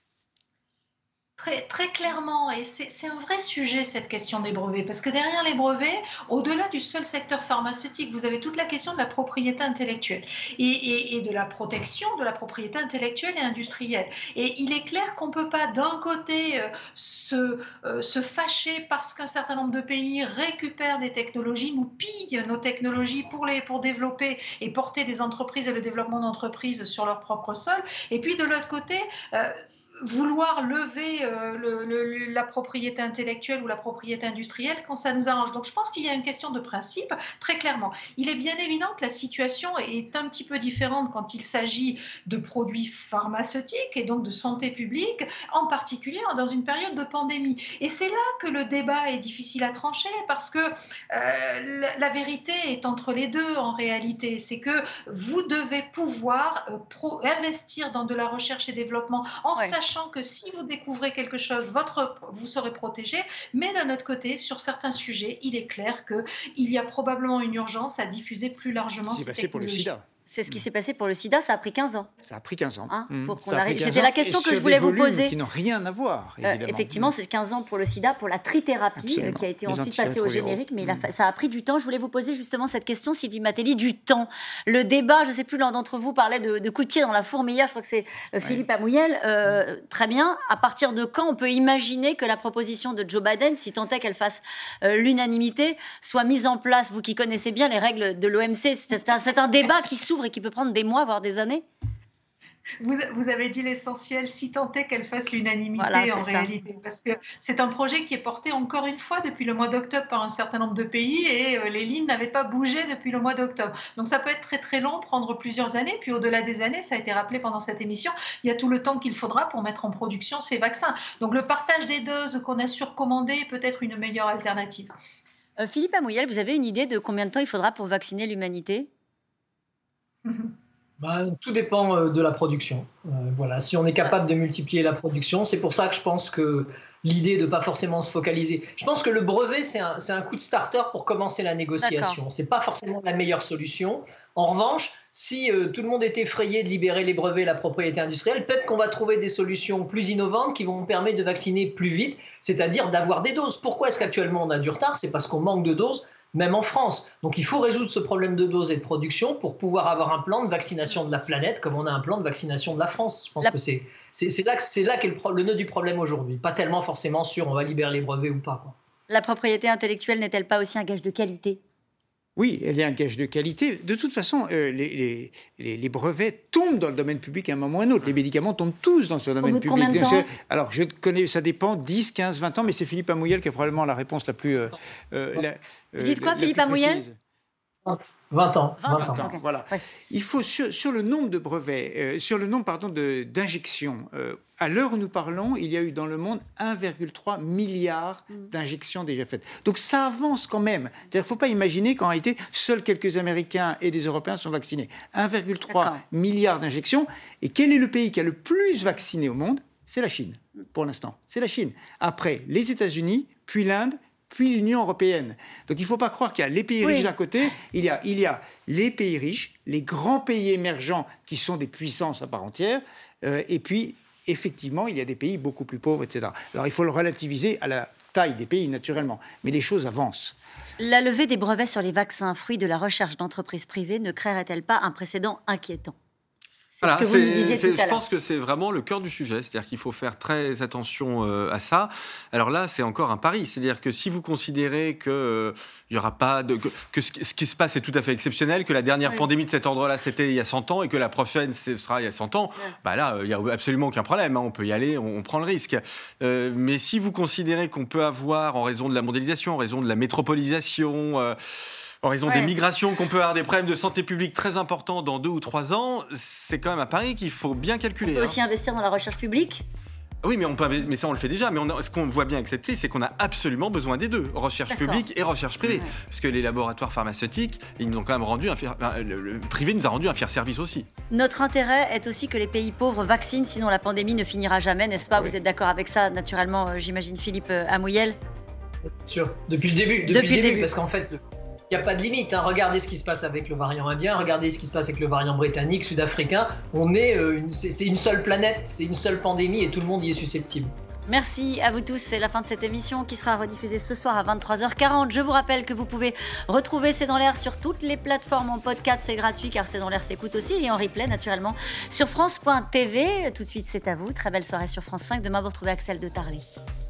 Très clairement, et c'est un vrai sujet cette question des brevets, parce que derrière les brevets, au-delà du seul secteur pharmaceutique, vous avez toute la question de la propriété intellectuelle et de la protection de la propriété intellectuelle et industrielle. Et il est clair qu'on ne peut pas d'un côté se fâcher parce qu'un certain nombre de pays récupèrent des technologies, nous pillent nos technologies pour développer et porter des entreprises et le développement d'entreprises sur leur propre sol, et puis de l'autre côté... vouloir lever la propriété intellectuelle ou la propriété industrielle quand ça nous arrange. Donc je pense qu'il y a une question de principe, très clairement. Il est bien évident que la situation est un petit peu différente quand il s'agit de produits pharmaceutiques et donc de santé publique, en particulier dans une période de pandémie. Et c'est là que le débat est difficile à trancher parce que la vérité est entre les deux en réalité. C'est que vous devez pouvoir investir dans de la recherche et développement en sachant que si vous découvrez quelque chose, vous serez protégé. Mais d'un autre côté, sur certains sujets, il est clair qu'il y a probablement une urgence à diffuser plus largement ces technologies. C'est pour le sida. C'est ce qui s'est passé pour le sida, ça a pris 15 ans. Ça a pris 15 ans. Pour qu'on arrive. C'était la question que je voulais vous poser. Qui n'ont rien à voir, évidemment. Effectivement, c'est 15 ans pour le sida, pour la trithérapie, qui a été ensuite passée au générique, mais ça a pris du temps. Je voulais vous poser justement cette question, Sylvie Matelli, du temps. Le débat, je ne sais plus, l'un d'entre vous parlait de coups de pied dans la fourmilière, je crois que c'est Philippe Amouyel. Très bien. À partir de quand on peut imaginer que la proposition de Joe Biden, si tant est qu'elle fasse l'unanimité, soit mise en place? Vous qui connaissez bien les règles de l'OMC, c'est un débat qui s'ouvre et qui peut prendre des mois, voire des années. Vous avez dit l'essentiel, si tant est qu'elle fasse l'unanimité réalité, parce que c'est un projet qui est porté encore une fois depuis le mois d'octobre par un certain nombre de pays et les lignes n'avaient pas bougé depuis le mois d'octobre. Donc ça peut être très très long, prendre plusieurs années, puis au-delà des années, ça a été rappelé pendant cette émission, il y a tout le temps qu'il faudra pour mettre en production ces vaccins. Donc le partage des doses qu'on a surcommandé est peut-être une meilleure alternative. Philippe Amouyel, vous avez une idée de combien de temps il faudra pour vacciner l'humanité ? Tout dépend de la production. Voilà. Si on est capable de multiplier la production, c'est pour ça que je pense que l'idée de ne pas forcément se focaliser. Je pense que le brevet, c'est un coup de starter pour commencer la négociation. Ce n'est pas forcément la meilleure solution. En revanche, si tout le monde est effrayé de libérer les brevets et la propriété industrielle, peut-être qu'on va trouver des solutions plus innovantes qui vont permettre de vacciner plus vite, c'est-à-dire d'avoir des doses. Pourquoi est-ce qu'actuellement on a du retard ? C'est parce qu'on manque de doses, même en France. Donc il faut résoudre ce problème de doses et de production pour pouvoir avoir un plan de vaccination de la planète comme on a un plan de vaccination de la France. Je pense que c'est là qu'est le nœud du problème aujourd'hui. Pas tellement forcément sur on va libérer les brevets ou pas. La propriété intellectuelle n'est-elle pas aussi un gage de qualité ? Oui, elle est un gage de qualité. De toute façon, les brevets tombent dans le domaine public à un moment ou à un autre. Les médicaments tombent tous dans ce domaine public. Combien de temps ? Alors, je connais, ça dépend, 10, 15, 20 ans, mais c'est Philippe Amouyel qui a probablement la réponse la plus... Vous dites quoi, Philippe Amouyel ? 20 ans. Okay. Voilà. Ouais. Il faut, sur le nombre de brevets, sur le nombre d'injections, à l'heure où nous parlons, il y a eu dans le monde 1,3 milliard d'injections déjà faites. Donc ça avance quand même. Il ne faut pas imaginer qu'en réalité, seuls quelques Américains et des Européens sont vaccinés. 1,3 milliard d'injections. Et quel est le pays qui a le plus vacciné au monde ? C'est la Chine, pour l'instant. C'est la Chine. Après, les États-Unis, puis l'Inde, puis l'Union européenne. Donc il ne faut pas croire qu'il y a les pays riches d'un côté, il y a les pays riches, les grands pays émergents qui sont des puissances à part entière, et puis effectivement il y a des pays beaucoup plus pauvres, etc. Alors il faut le relativiser à la taille des pays naturellement, mais les choses avancent. La levée des brevets sur les vaccins, fruit de la recherche d'entreprises privées, ne créerait-elle pas un précédent inquiétant ? Voilà, je pense que c'est vraiment le cœur du sujet, c'est-à-dire qu'il faut faire très attention à ça. Alors là, c'est encore un pari, c'est-à-dire que si vous considérez que il y aura pas que ce qui se passe est tout à fait exceptionnel, que la dernière pandémie de cet ordre-là c'était il y a 100 ans et que la prochaine ce sera il y a 100 ans, bah là il y a absolument aucun problème, hein, on peut y aller, on prend le risque. Mais si vous considérez qu'on peut avoir, en raison de la mondialisation, en raison de la métropolisation, en raison des migrations, qu'on peut avoir des problèmes de santé publique très importants dans 2 ou 3 ans, c'est quand même un pari qu'il faut bien calculer. On peut aussi investir dans la recherche publique ? Oui, mais ça on le fait déjà. Mais ce qu'on voit bien avec cette crise, c'est qu'on a absolument besoin des deux, recherche publique et recherche privée. Parce que les laboratoires pharmaceutiques, ils nous ont quand même rendu le privé nous a rendu un fier service aussi. Notre intérêt est aussi que les pays pauvres vaccinent, sinon la pandémie ne finira jamais, n'est-ce pas ? Vous êtes d'accord avec ça, naturellement, j'imagine, Philippe Amouyel ? Bien sûr, depuis le début, parce qu'en fait... Il n'y a pas de limite. Hein. Regardez ce qui se passe avec le variant indien, regardez ce qui se passe avec le variant britannique, sud-africain. C'est une seule planète, c'est une seule pandémie et tout le monde y est susceptible. Merci à vous tous, c'est la fin de cette émission qui sera rediffusée ce soir à 23h40. Je vous rappelle que vous pouvez retrouver C'est dans l'air sur toutes les plateformes en podcast, c'est gratuit car C'est dans l'air s'écoute aussi et en replay naturellement sur France.tv. Tout de suite c'est à vous, très belle soirée sur France 5. Demain vous retrouvez Axel de Tarlé.